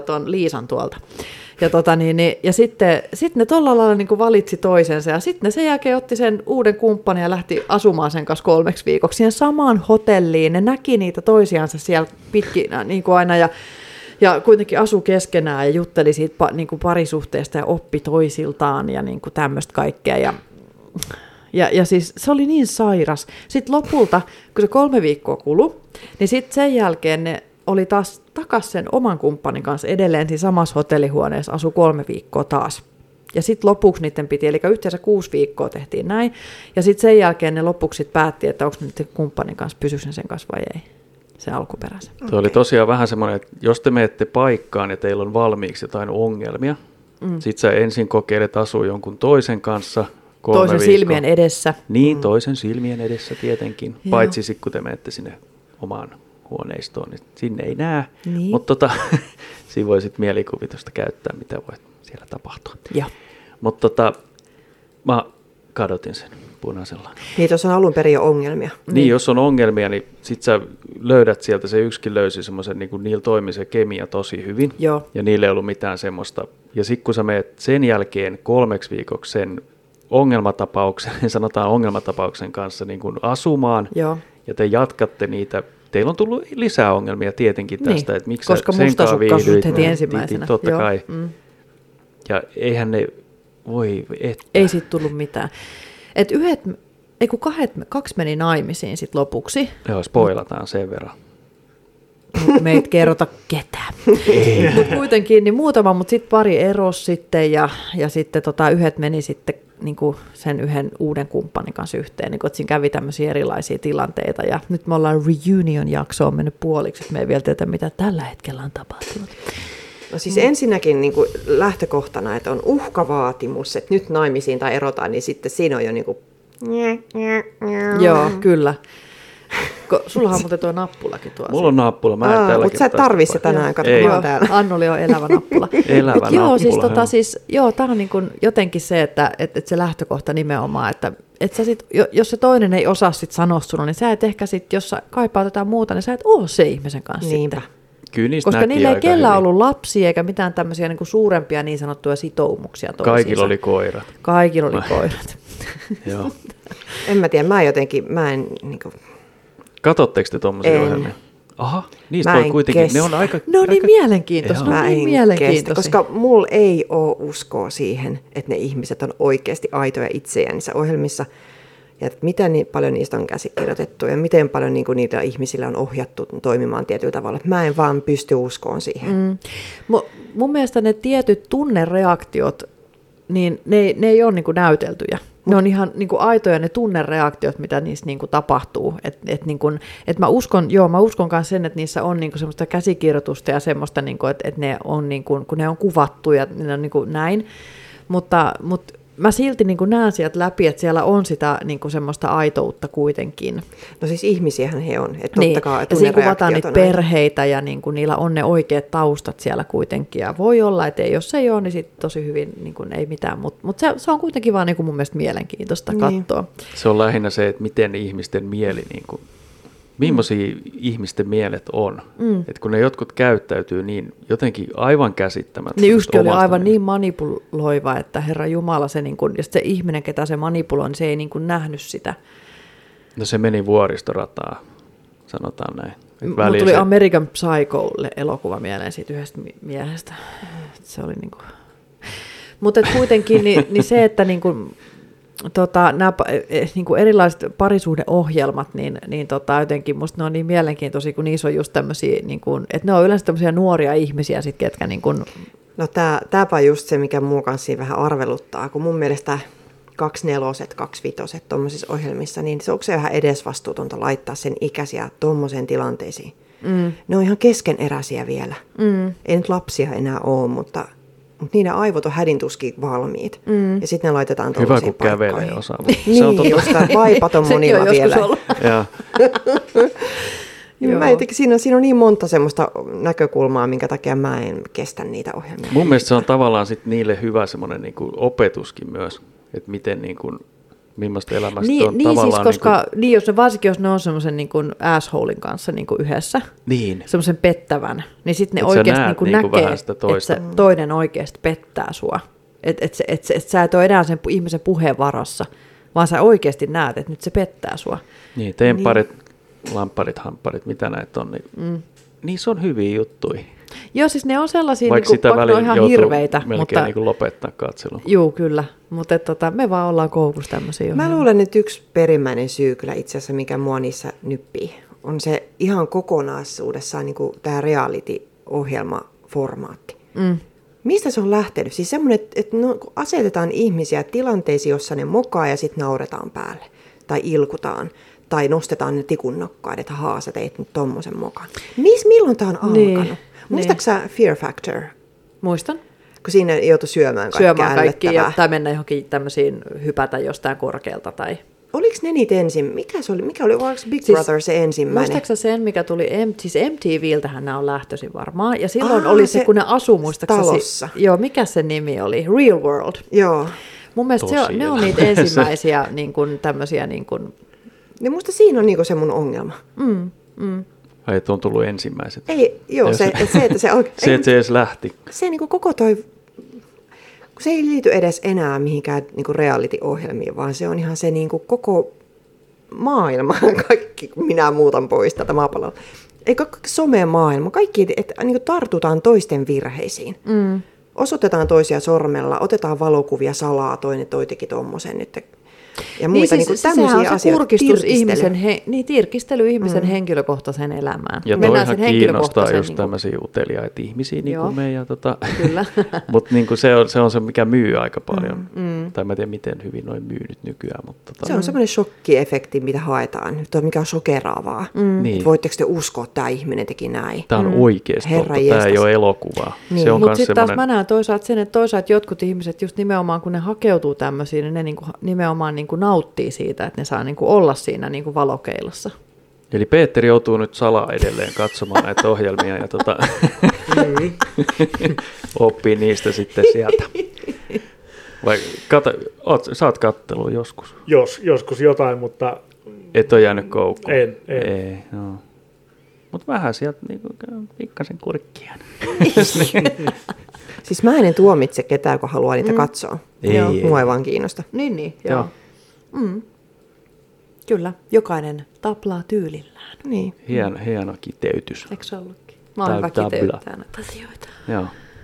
viisan tuolta. Ja, tota, niin, niin, ja sitten sit ne tuolla lailla niin kuin valitsi toisensa ja sitten ne sen jälkeen otti sen uuden kumppanin ja lähti asumaan sen kanssa kolmeksi viikoksi siihen samaan hotelliin. Ne näki niitä toisiansa siellä pitkin niin kuin aina ja, ja kuitenkin asu keskenään ja jutteli siitä niin kuin parisuhteesta ja oppi toisiltaan ja niin kuin tämmöistä kaikkea. Ja, ja, ja siis se oli niin sairas. Sitten lopulta, kun se kolme viikkoa kului, niin sitten sen jälkeen ne oli taas takas sen oman kumppanin kanssa edelleen siinä samassa hotellihuoneessa, asu kolme viikkoa taas. Ja sitten lopuksi niiden piti, eli yhteensä kuusi viikkoa tehtiin näin, ja sitten sen jälkeen ne lopuksi sit päätti, että onko nyt kumppanin kanssa, pysyykö sen kanssa vai ei, sen alkuperäisen. Okay. Tuo oli tosiaan vähän semmoinen, että jos te menette paikkaan ja teillä on valmiiksi jotain ongelmia, mm. sitten sä ensin kokeilet asua jonkun toisen kanssa, toisen viikkoa. Silmien edessä. Niin, mm. toisen silmien edessä tietenkin, Joo. paitsi sitten kun te menette sinne omaan huoneistoon, niin sinne ei näe, niin. mutta tota, siinä voi sitten mielikuvitusta käyttää, mitä voi siellä tapahtua. Mutta tota, mä kadotin sen punaisella. Niin, tuossa on alun perin jo ongelmia. Niin, niin, jos on ongelmia, niin sit sä löydät sieltä, se yksikin löysi semmoisen, niin kuin niillä toimi se kemia tosi hyvin, Joo. ja niillä ei ollut mitään semmoista. Ja sitten kun sä menet sen jälkeen kolmeksi viikoksi sen ongelmatapauksen, sanotaan ongelmatapauksen kanssa niin kuin asumaan, Joo. ja te jatkatte niitä. Teillä on tullut lisää ongelmia tietenkin tästä, niin, että miksi koska sä senkaan viihdyit. heti ensimmäisenä. Totta Joo. kai. Mm. Ja eihän ne, voi että. Ei siitä tullut mitään. Et yhdet, ei kun kahdet, kaksi meni naimisiin sit lopuksi. Joo, spoilataan sen verran. Me ei kerrota ketään. Mutta kuitenkin niin muutama, mutta sitten pari erosi sitten ja, ja sitten tota, yhdet meni sitten niin kuin sen yhden uuden kumppanin kanssa yhteen, niin kuin, että siinä kävi tämmöisiä erilaisia tilanteita ja nyt me ollaan reunion-jakso on mennyt puoliksi, että me ei vielä tiedä, mitä tällä hetkellä on tapahtunut. No siis ensinnäkin niin kuin lähtökohtana, että on uhkavaatimus, että nyt naimisiin tai erotaan, niin sitten siinä on jo niin kuin... Joo, kyllä. Sulla on muuten tuo nappulakin tuossa. Mulla on nappula, mä en tälläkin. Mutta sä et tarvii se tänään, katso kun on täällä. Annuli on elävä nappula. Elävä Mut nappula. Joo, siis, tota, siis, joo, tää on niin kun jotenkin se, että et, et se lähtökohta nimenomaan, että et sä sit, jos se toinen ei osaa sit sanoa sulle, niin sä et ehkä sit, jos sä kaipaat jotain muuta, niin sä et oo se ihmisen kanssa Niinpä. sitten. Kyllä niistä Koska niillä ei aika kellään hyvin. ollut lapsia eikä mitään tämmöisiä niin kuin suurempia niin sanottuja sitoumuksia toisiinsa. Kaikilla oli koirat. Kaikilla oli koirat. Joo. En mä tiedä, mä jotenkin, mä en... Niin kuin... Katotteko te tommosia En. ohjelmia? Aha, niistä Mä voi en kuitenkin, kestä. ne on aika... Ne on niin aika... mielenkiintoisia. Ne Mä on niin en mielenkiintoisia. kestä, koska mulla ei ole uskoa siihen, että ne ihmiset on oikeasti aitoja itseään niissä ohjelmissa. Ja että miten niin paljon niistä on käsikirjoitettu ja miten paljon niin kuin niitä ihmisillä on ohjattu toimimaan tietyllä tavalla. Mä en vaan pysty uskoon siihen. Mm. Mun mielestä ne tietyt tunnereaktiot, niin ne, ne ei ole niin kuin näyteltyjä. Ne on ihan niin kuin aitoja ne tunnereaktiot, mitä niissä niin kuin tapahtuu. Et, et niin kuin, et mä uskon, joo, mä uskon myös sen, että niissä on niin kuin semmoista käsikirjoitusta ja semmoista, niin kuin, että, että ne on niin kuin, kun ne on kuvattu ja ne on niin kuin näin. Mutta, mutta mä silti niin kuin näen sieltä läpi, että siellä on sitä niin kuin semmoista aitoutta kuitenkin. No siis ihmisiähän he on. Että niin. totta kai ja siinä kuvataan niitä on perheitä ja niin kuin niillä on ne oikeat taustat siellä kuitenkin. Ja voi olla, että ei, jos ei ole, niin sitten tosi hyvin niin kuin ei mitään. Mutta mut se, se on kuitenkin vaan niin kuin mun mielestä mielenkiintoista niin. katsoa. Se on lähinnä se, että miten ihmisten mieli, niin kuin, millaisia mm. ihmisten mielet on. Mm. Että kun ne jotkut käyttäytyy niin jotenkin aivan käsittämättä. Niin yksi oli aivan niin manipuloiva, että Herra Jumala, se, niin kuin, ja se ihminen, ketä se manipuloi, niin se ei niin kuin nähnyt sitä. No se meni vuoristorataa, sanotaan näin. Mulla tuli se... American Psycho-elokuva mieleen siitä yhdestä miehestä. Se oli niin kuin... Mutta kuitenkin niin, niin se, että niin kuin, tota, nämä niin kuin erilaiset parisuhdeohjelmat, niin, niin tota, jotenkin musta ne on niin mielenkiintoisia, kun niissä on just tämmöisiä, niin kuin, että ne on yleensä tämmöisiä nuoria ihmisiä, sit, ketkä niin kuin... No tää, tääpä on just se, mikä mua kanssa vähän arveluttaa, kun mun mielestä kaksi neloset, kaksi vitoset tuommoisissa ohjelmissa, niin se onko se vähän edesvastuutonta laittaa sen ikäisiä tuommoiseen tilanteisiin. Mm. Ne on ihan keskeneräisiä vielä. Mm. Ei nyt lapsia enää ole, mutta... Mutta niiden aivot on hädintuskin valmiit. Mm. Ja sitten ne laitetaan tuollaisiin paikkoihin. Hyvä, kun kävelee osaa. Niin, on just vaipat on monilla vielä. Niin mä jotenkin, siinä, on, siinä on niin monta semmoista näkökulmaa, minkä takia mä en kestä niitä ohjelmia. Mun mielestä se on tavallaan sit niille hyvä semmoinen niinku opetuskin myös, että miten niinku millaista elämästä Niin, on niin tavallaan. siis, koska niin, kuin, niin, jos ne, varsinkin jos ne on semmoisen niin kuin assholein kanssa niin kuin yhdessä, niin. semmoisen pettävän, niin sitten ne Et sä oikeasti näet niin kuin niinku näkee, vähän sitä toista. että se toinen oikeasti pettää sua. Että et, et, et, et sä et ole enää sen ihmisen puheen varassa, vaan sä oikeasti näet, että nyt se pettää sua. Niin, temparit, niin. lampparit, hampparit, mitä näitä on, niin Mm. niissä on hyviä juttuja. Joo, siis ne on sellaisia, Vaikka niin sitä vaikka ne on välillä ihan joutuu hirveitä, melkein mutta niin kuin lopettaa katselun. juu, kyllä. Mutta tota, me vaan ollaan koukussa tämmöisiä. Mä luulen, että yksi perimmäinen syy kyllä itse asiassa, mikä mua niissä nyppii, on se ihan kokonaisuudessaan niin kuin tämä reality-ohjelmaformaatti. Mm. Mistä se on lähtenyt? Siis semmoinen, että, että no, kun asetetaan ihmisiä tilanteisiin, jossa ne mokaa ja sitten nauretaan päälle. Tai ilkutaan. Tai nostetaan ne tikun nokkaan, että haa, sä teit nyt tommosen mokan. Mis, milloin tää on Niin, alkanut? Muistatko sä Fear Factor? Muistan. Kun siinä joutui syömään kaikkea Syömään kaikki ja, ällöttävää. tai mennä johonkin tämmöisiin, hypätä jostain korkealta. Tai... Oliko ne niitä ensin? Mikä se oli? Mikä oli? Oliko Big Siis, Brother se ensimmäinen? Muistaaksä sen, mikä tuli, M- siis M T V:ltähän nämä on lähtöisin varmaan. Ja silloin Aa, oli se, se kun ne asuu, muistaaksä? talossa. Joo, mikä se nimi oli? Real World. Joo. Mun mielestä se on, ne on niitä ensimmäisiä niin kuin, tämmöisiä... Niin kuin... Niin musta siinä on niinku se mun ongelma. Mm, mm. Ai, että on tullut ensimmäiset. Ei, joo, se, että se, että se, on, se, että se edes lähti. Se niinku koko toi, kun se ei liity edes enää mihinkään niinku reality-ohjelmiin, vaan se on ihan se niinku koko maailma, kaikki, minä muutan pois tätä maapallolta. Eikä some-maailma, kaikki, että niinku tartutaan toisten virheisiin. Mm. Osoitetaan toisia sormella, otetaan valokuvia salaa, toinen toi teki tommosen nyt. Ja muita niin, niin siis, tämmöisiä sehän on se asioita. kurkistus tirkistely. ihmisen, he, niin tirkistely ihmisen Mm. henkilökohtaiseen elämään. Ja Mennään toihan sen kiinnostaa just niin kuin- tämmöisiä uteliaita ihmisiä niin Joo. kuin me. Ja tota, Kyllä. mutta niin kuin se, on, se on se, mikä myy aika paljon. Mm, mm. Tai mä en tiedä, miten hyvin noin myy nyt nykyään. Mutta tota, Se on semmoinen shokkiefekti, mitä haetaan. Nyt on mikä on shokeraavaa. Mm. niin. Voitteko te uskoa, että tämä ihminen teki näin? Tämä on Mm. oikeasti Herra totta. Tämä ei jestas. ole elokuvaa. Niin. Se on Mutta myös sitten taas semmoinen... mä näen toisaalta sen, että toisaalta jotkut ihmiset just nimenomaan, kun ne hakeutuu tämmöisiin, niin ne niinku, nimenomaan niinku nauttii siitä, että ne saa niinku olla siinä niinku valokeilassa. Eli Peetteri joutuu nyt salaa edelleen katsomaan näitä ohjelmia ja tota, oppii niistä sitten sieltä. Vai kata, oot, sä oot kattellut joskus? Jos, joskus jotain, mutta Et ole jäänyt koukkuun? En, en. Ei, no. Mutta vähän sieltä niinku, pikkasen kurkkia. Siis mä en tuomitse ketään, kun haluaa niitä Mm. katsoa. Ei, Joo, ei. mua ei vaan kiinnosta. Niin, niin, joo. Joo. Mm. Kyllä, jokainen taplaa tyylillään. Niin. Hieno, hieno kiteytys. Eikö se ollutkin? Mä oon Tää- hyvä tabla. kiteyttää näitä asioita. Joo.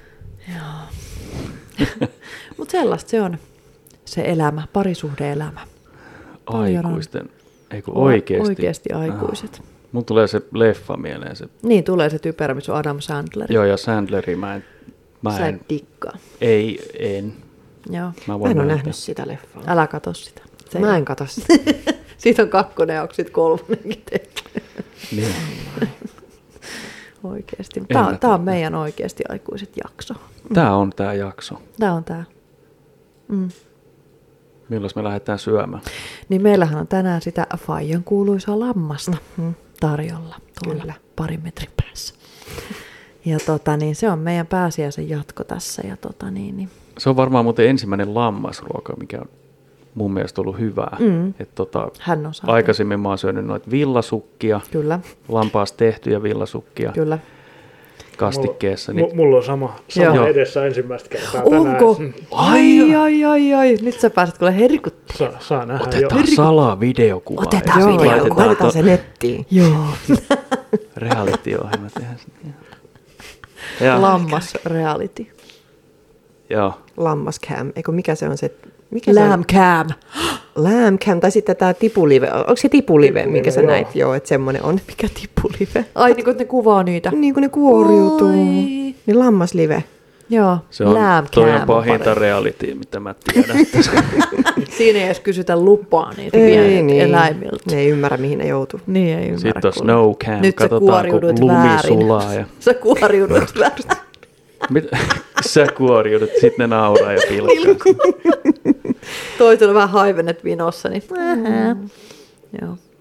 Mutta sellaista se on, se elämä, parisuhde-elämä. Paljon on. Aikuisten, ei kun oikeasti. Oikeasti aikuiset. Ah. Mun tulee se leffa mieleen. Se, Niin tulee se typerä, missä on Adam Sandler. joo, ja Sandleri mä en, mä Sä en, et dikkaa. ei, en. Joo. Mä Mä voin en ole nähdä. nähnyt sitä leffaa. Älä katso sitä. Se Mä ei- en katso sitä. Siitä on kakkonen ja onko sitten kolmonenkin tehty. Niin. Oikeasti. Tämä on, Ennätön. tää on meidän oikeasti aikuiset jakso. Tää on tää jakso. Tämä on tämä. Mm. Milloin me lähdetään syömään? Niin meillähän on tänään sitä Fajon kuuluisaa lammasta Mhm. tarjolla tuolla Kyllä. parin metrin päässä. Ja tota, niin se on meidän pääsiäisen jatko tässä. Ja tota, niin, niin. Se on varmaan muuten ensimmäinen lammasruoka, mikä on mun mielestä ollut hyvää. Mm. Et tota, Hän osaa. aikaisemmin mä oon syönyt noita villasukkia, Kyllä, lampaasta tehtyjä villasukkia kyllä. kastikkeessa. mulla, Niin, mu- mulla on sama, sama Joo. edessä ensimmäistä kertaa tänään. Onko? Mm, Ai, ai, ai, ai. Nyt sä pääset kuule herkuttaa. Saa, saa nähdä otetaan jo. salaa videokuva. Otetaan Joo, video, laitetaan laitetaan to- se nettiin. Joo. reality-ohjelma tehdään sitten. Ja, Lammas reality. joo. Lammascam, eikö mikä se on se? Mikä se on? Lamb cam. Lambcam, tai sitten tämä tipulive. Onko se tipulive, Tipulive, minkä sä joo. näit? Joo, että semmoinen on. Mikä tipulive? Ai niin kuin ne kuvaa niitä. Niin kuin ne kuoriutuu. Oi. Niin lammaslive. Joo, Se on, lamb toi cam on pahinta parempi. reality, mitä mä tiedän. Siinä ei edes kysytä lupaa niitä Ei pieniltä niin. eläimiltä. Ne ei ymmärrä, mihin ne joutuu. Niin ei ymmärrä. Sitten on kuule. snow cam, Nyt sä katsotaan kun kuoriudut lumi väärin. sulaa. Ja... Sä kuoriudut väärin. Mit? Sä kuoriudut, sit ne nauraa ja pilkkaa. Toisella vähän haivenet vinossa, niin mm. Joo.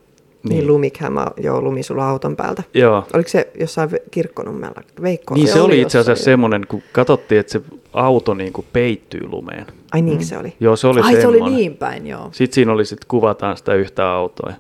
Niin, niin lumikämä, joo, lumi sulla auton päältä. Joo. Oliko se jossain Kirkkonummella? Veikko? Niin se, se oli itse asiassa jossain, semmoinen, kun katsottiin, että se auto niin kuin peittyy lumeen. Ai niin mm. se oli? Joo, se oli Ai semmoinen. se oli niin päin, joo. Sitten siinä oli, sit kuvataan sitä yhtä autoa.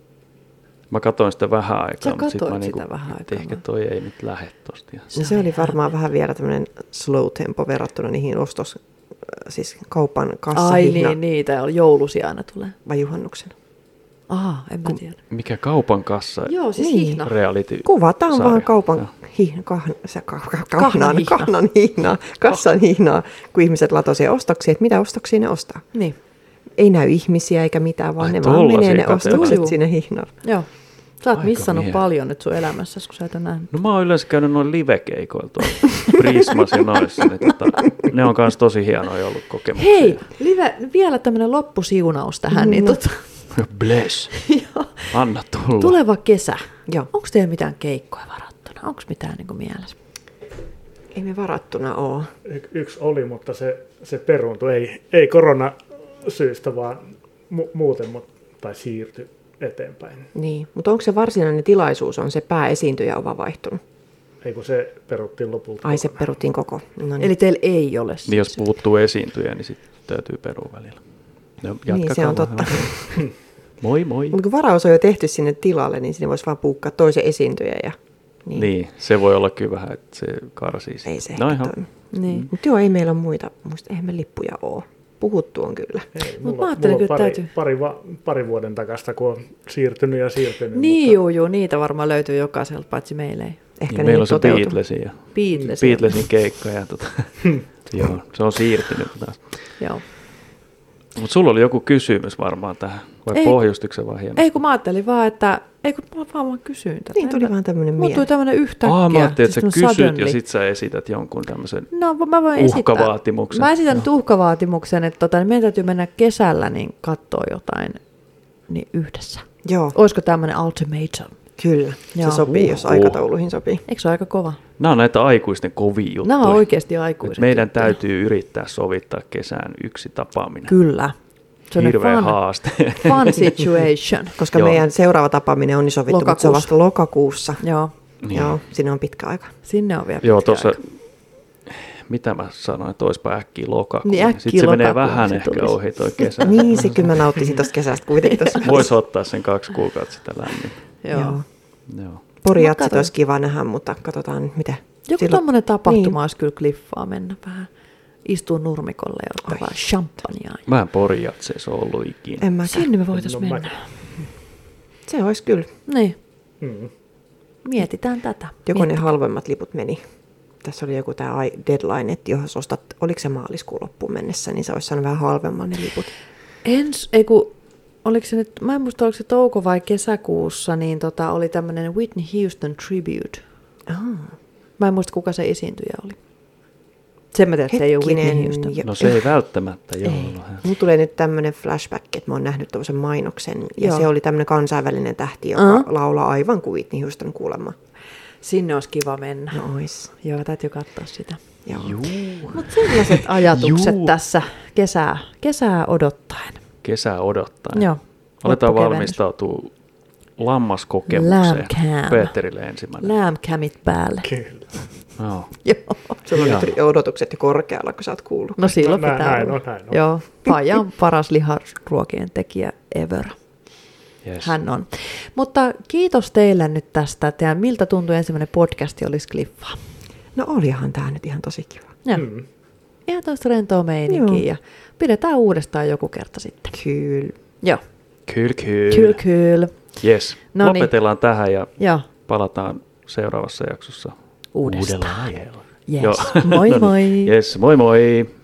Mä katsoin sitä vähän aikaa, mutta sitten mä niinku, vähän aikaa. ehkä toi ei nyt lähde tosta. Se, se oli varmaan vähän vielä tämmöinen slow tempo verrattuna niihin ostos, siis kaupan kassahihna. Ai niin, niitä oli joulusia aina tulee. Vai juhannuksen? Aha, en mä tiedä. Mikä kaupan kassa? Joo, siis niin. hihna. Reality. Kuvataan sarja. vaan kaupan hihna, kahn, se, kah, kah, kahnan, hihna. kahnan hihnaa, kassan hihnaa, kun ihmiset latosee ostoksia, että mitä ostoksia ne ostaa. Niin. Ei näy ihmisiä eikä mitään, vaan Ai, ne vaan menee ne ostokset Juu. sinne hihnalla. Joo. Sä oot Aika missannut mie. paljon nyt sun elämässäsi, kun sä et ole nähnyt. No mä oon yleensä käynyt noin live-keikoilla tuolla Prismas ja noissa. Niin tota, ne on kans tosi hienoja ollut kokemuksia. Hei, live, vielä tämmönen loppusiunaus tähän. Mm. Niin tota, Bless. joo. Anna tulla. Tuleva kesä. Joo. Onko teillä mitään keikkoja varattuna? Onko mitään niin kuin mielessä? Ei me varattuna ole. Y- yksi oli, mutta se, se peruuntui. Ei, ei koronasyistä, vaan mu- muuten, mutta, tai siirtyi eteenpäin. Niin, mutta onko se varsinainen tilaisuus, on se pääesiintyjä ova vaihtunut? Ei kun se peruttiin lopulta. Ai se kokonaan. peruttiin koko. No niin. Eli teillä ei ole Niin jos siis. puuttuu esiintyjä, niin sitten täytyy perua välillä. No, Niin, se on vaan. totta. Moi moi. Mutta kun varaus on jo tehty sinne tilalle, niin sinne voisi vaan puukkaa toisen esiintyjän. Ja, niin. Niin, se voi olla kyllä vähän, että se karsii. Ei se no ehkä ihan. toimi. Niin. Mutta joo, ei meillä ole muita. Muista, eihän me lippuja ole. Puhuttu on kyllä. Ei, Mut mulla, mä ajattelin, mulla on että pari, täytyy- pari, va, pari vuoden takasta, kun on siirtynyt ja siirtynyt. Niin mutta juu, juu, niitä varmaan löytyy jokaiselta, paitsi meille ei. Ehkä Niin, ne meillä on nyt se toteutuu. Beatlesin ja Beatles. Beatlesin keikka ja tota, joo, se on siirtynyt taas. Joo. Mutta sulla oli joku kysymys varmaan tähän, vai Ei. pohjustiks se vaan hieman? Ei kun mä ajattelin vaan, että ei kun mä vaan, vaan kysyin tätä. Niin tuli En mä- vaan tämmöinen Mulla tuli mieleen. tämmönen yhtäkkiä. Aa, mä ajattelin, että sä siis kysyt suddenly. ja sit sä esität jonkun tämmöisen No mä voin esittää. uhkavaatimuksen. Mä esitän nyt uhkavaatimuksen, että tota, niin meidän täytyy mennä kesällä niin katsoa jotain niin yhdessä. Joo, Olisiko tämmöinen ultimatum? kyllä. Joo. Se sopii, jos Uhuh. aikatauluihin sopii. Eikö se ole aika kova? Nämä on näitä aikuisten kovia juttuja. Nämä on oikeasti Et aikuiset. meidän juttuja. täytyy yrittää sovittaa kesään yksi tapaaminen. Kyllä. Se on Hirveä fun, haaste. fun situation. Koska Joo. meidän seuraava tapaaminen on niin sovittu, mutta se on Lokakuussa. vasta lokakuussa. Joo, Niin. Joo, sinne on pitkä aika. sinne on vielä Joo, pitkä tuossa, aika. mitä mä sanoin, että oispa äkkiä lokakuu. Niin, äkkiä Sitten se menee lokakuu vähän se ehkä tulisi. ohi toi kesä. Niin, se kyllä mä nauttisin tuosta kesästä kuitenkin tuossa. Voisi ottaa sen kaksi kuukautta sitä lämmin. Joo. Joo. Joo. Porijatsit katon. olisi kiva nähdä, mutta katsotaan nyt mitä. Joku Silloin- tommonen tapahtuma Niin. olisi kyllä kliffaa mennä vähän. Istua nurmikolle ja ottaa Ai. vähän champagnea. Mä en Porijatseissa ollut ikinä. En mäkään. Sinne me voitais No, mennä. mä- Se olisi kyllä. Niin, Mm. mietitään tätä. Joko ne Miet- halvemmat liput meni. Tässä oli joku tämä deadline, että jos ostat, oliko se maaliskuun loppuun mennessä, niin se olisi saanut vähän halvemman ne liput. Ens, ei kun, oliko se nyt, mä en muista, oliko se touko vai kesäkuussa, niin tota, oli tämmöinen Whitney Houston tribute. Ah, Mä en muista, kuka se esiintyjä oli. Sen mä tiedän, että se ei ole Whitney Hetkinen, Houston. jo- No se ei välttämättä joo. ei. Mulla tulee nyt tämmöinen flashback, että mä oon nähnyt tuollaisen mainoksen. Ja Joo. se oli tämmöinen kansainvälinen tähti, joka Aha. laulaa aivan kuin Whitney Houston kuulemma. Sinne olisi kiva mennä. No ois. Joo, täytyy katsoa sitä. Joo. Juu. Mutta sellaiset ajatukset Juu. tässä kesää, kesää odottaen. Kesää odottaen. Joo. Aletaan loppukevennys. valmistautua lammaskokemukseen. Lambcam. Peterille ensimmäinen. Lambcamit päälle. Kyllä. Joo. Joo. Sulla on Joo. nyt odotukset jo korkealla, kun sä oot kuullut. No silloin Nä- pitää näin olla. on, näin on. Joo. Faija on paras liharuokien tekijä ever. Yes. Hän on. Mutta kiitos teille nyt tästä. Teidän, miltä tuntui ensimmäinen podcasti olisi kliffaa? No olihan tää nyt ihan tosi kiva. Joo. Mm. Ihan toista rentoa meininkiä. Joo. Ja pidetään uudestaan joku kerta sitten. Kyllä. Joo. Kyllä, kyllä. Kyllä, kyllä. Yes. No niin. Lopetellaan tähän ja Joo. palataan seuraavassa jaksossa Uudestaan. uudella aiheella. Yes. Joo. Moi No niin. moi. Yes, moi moi.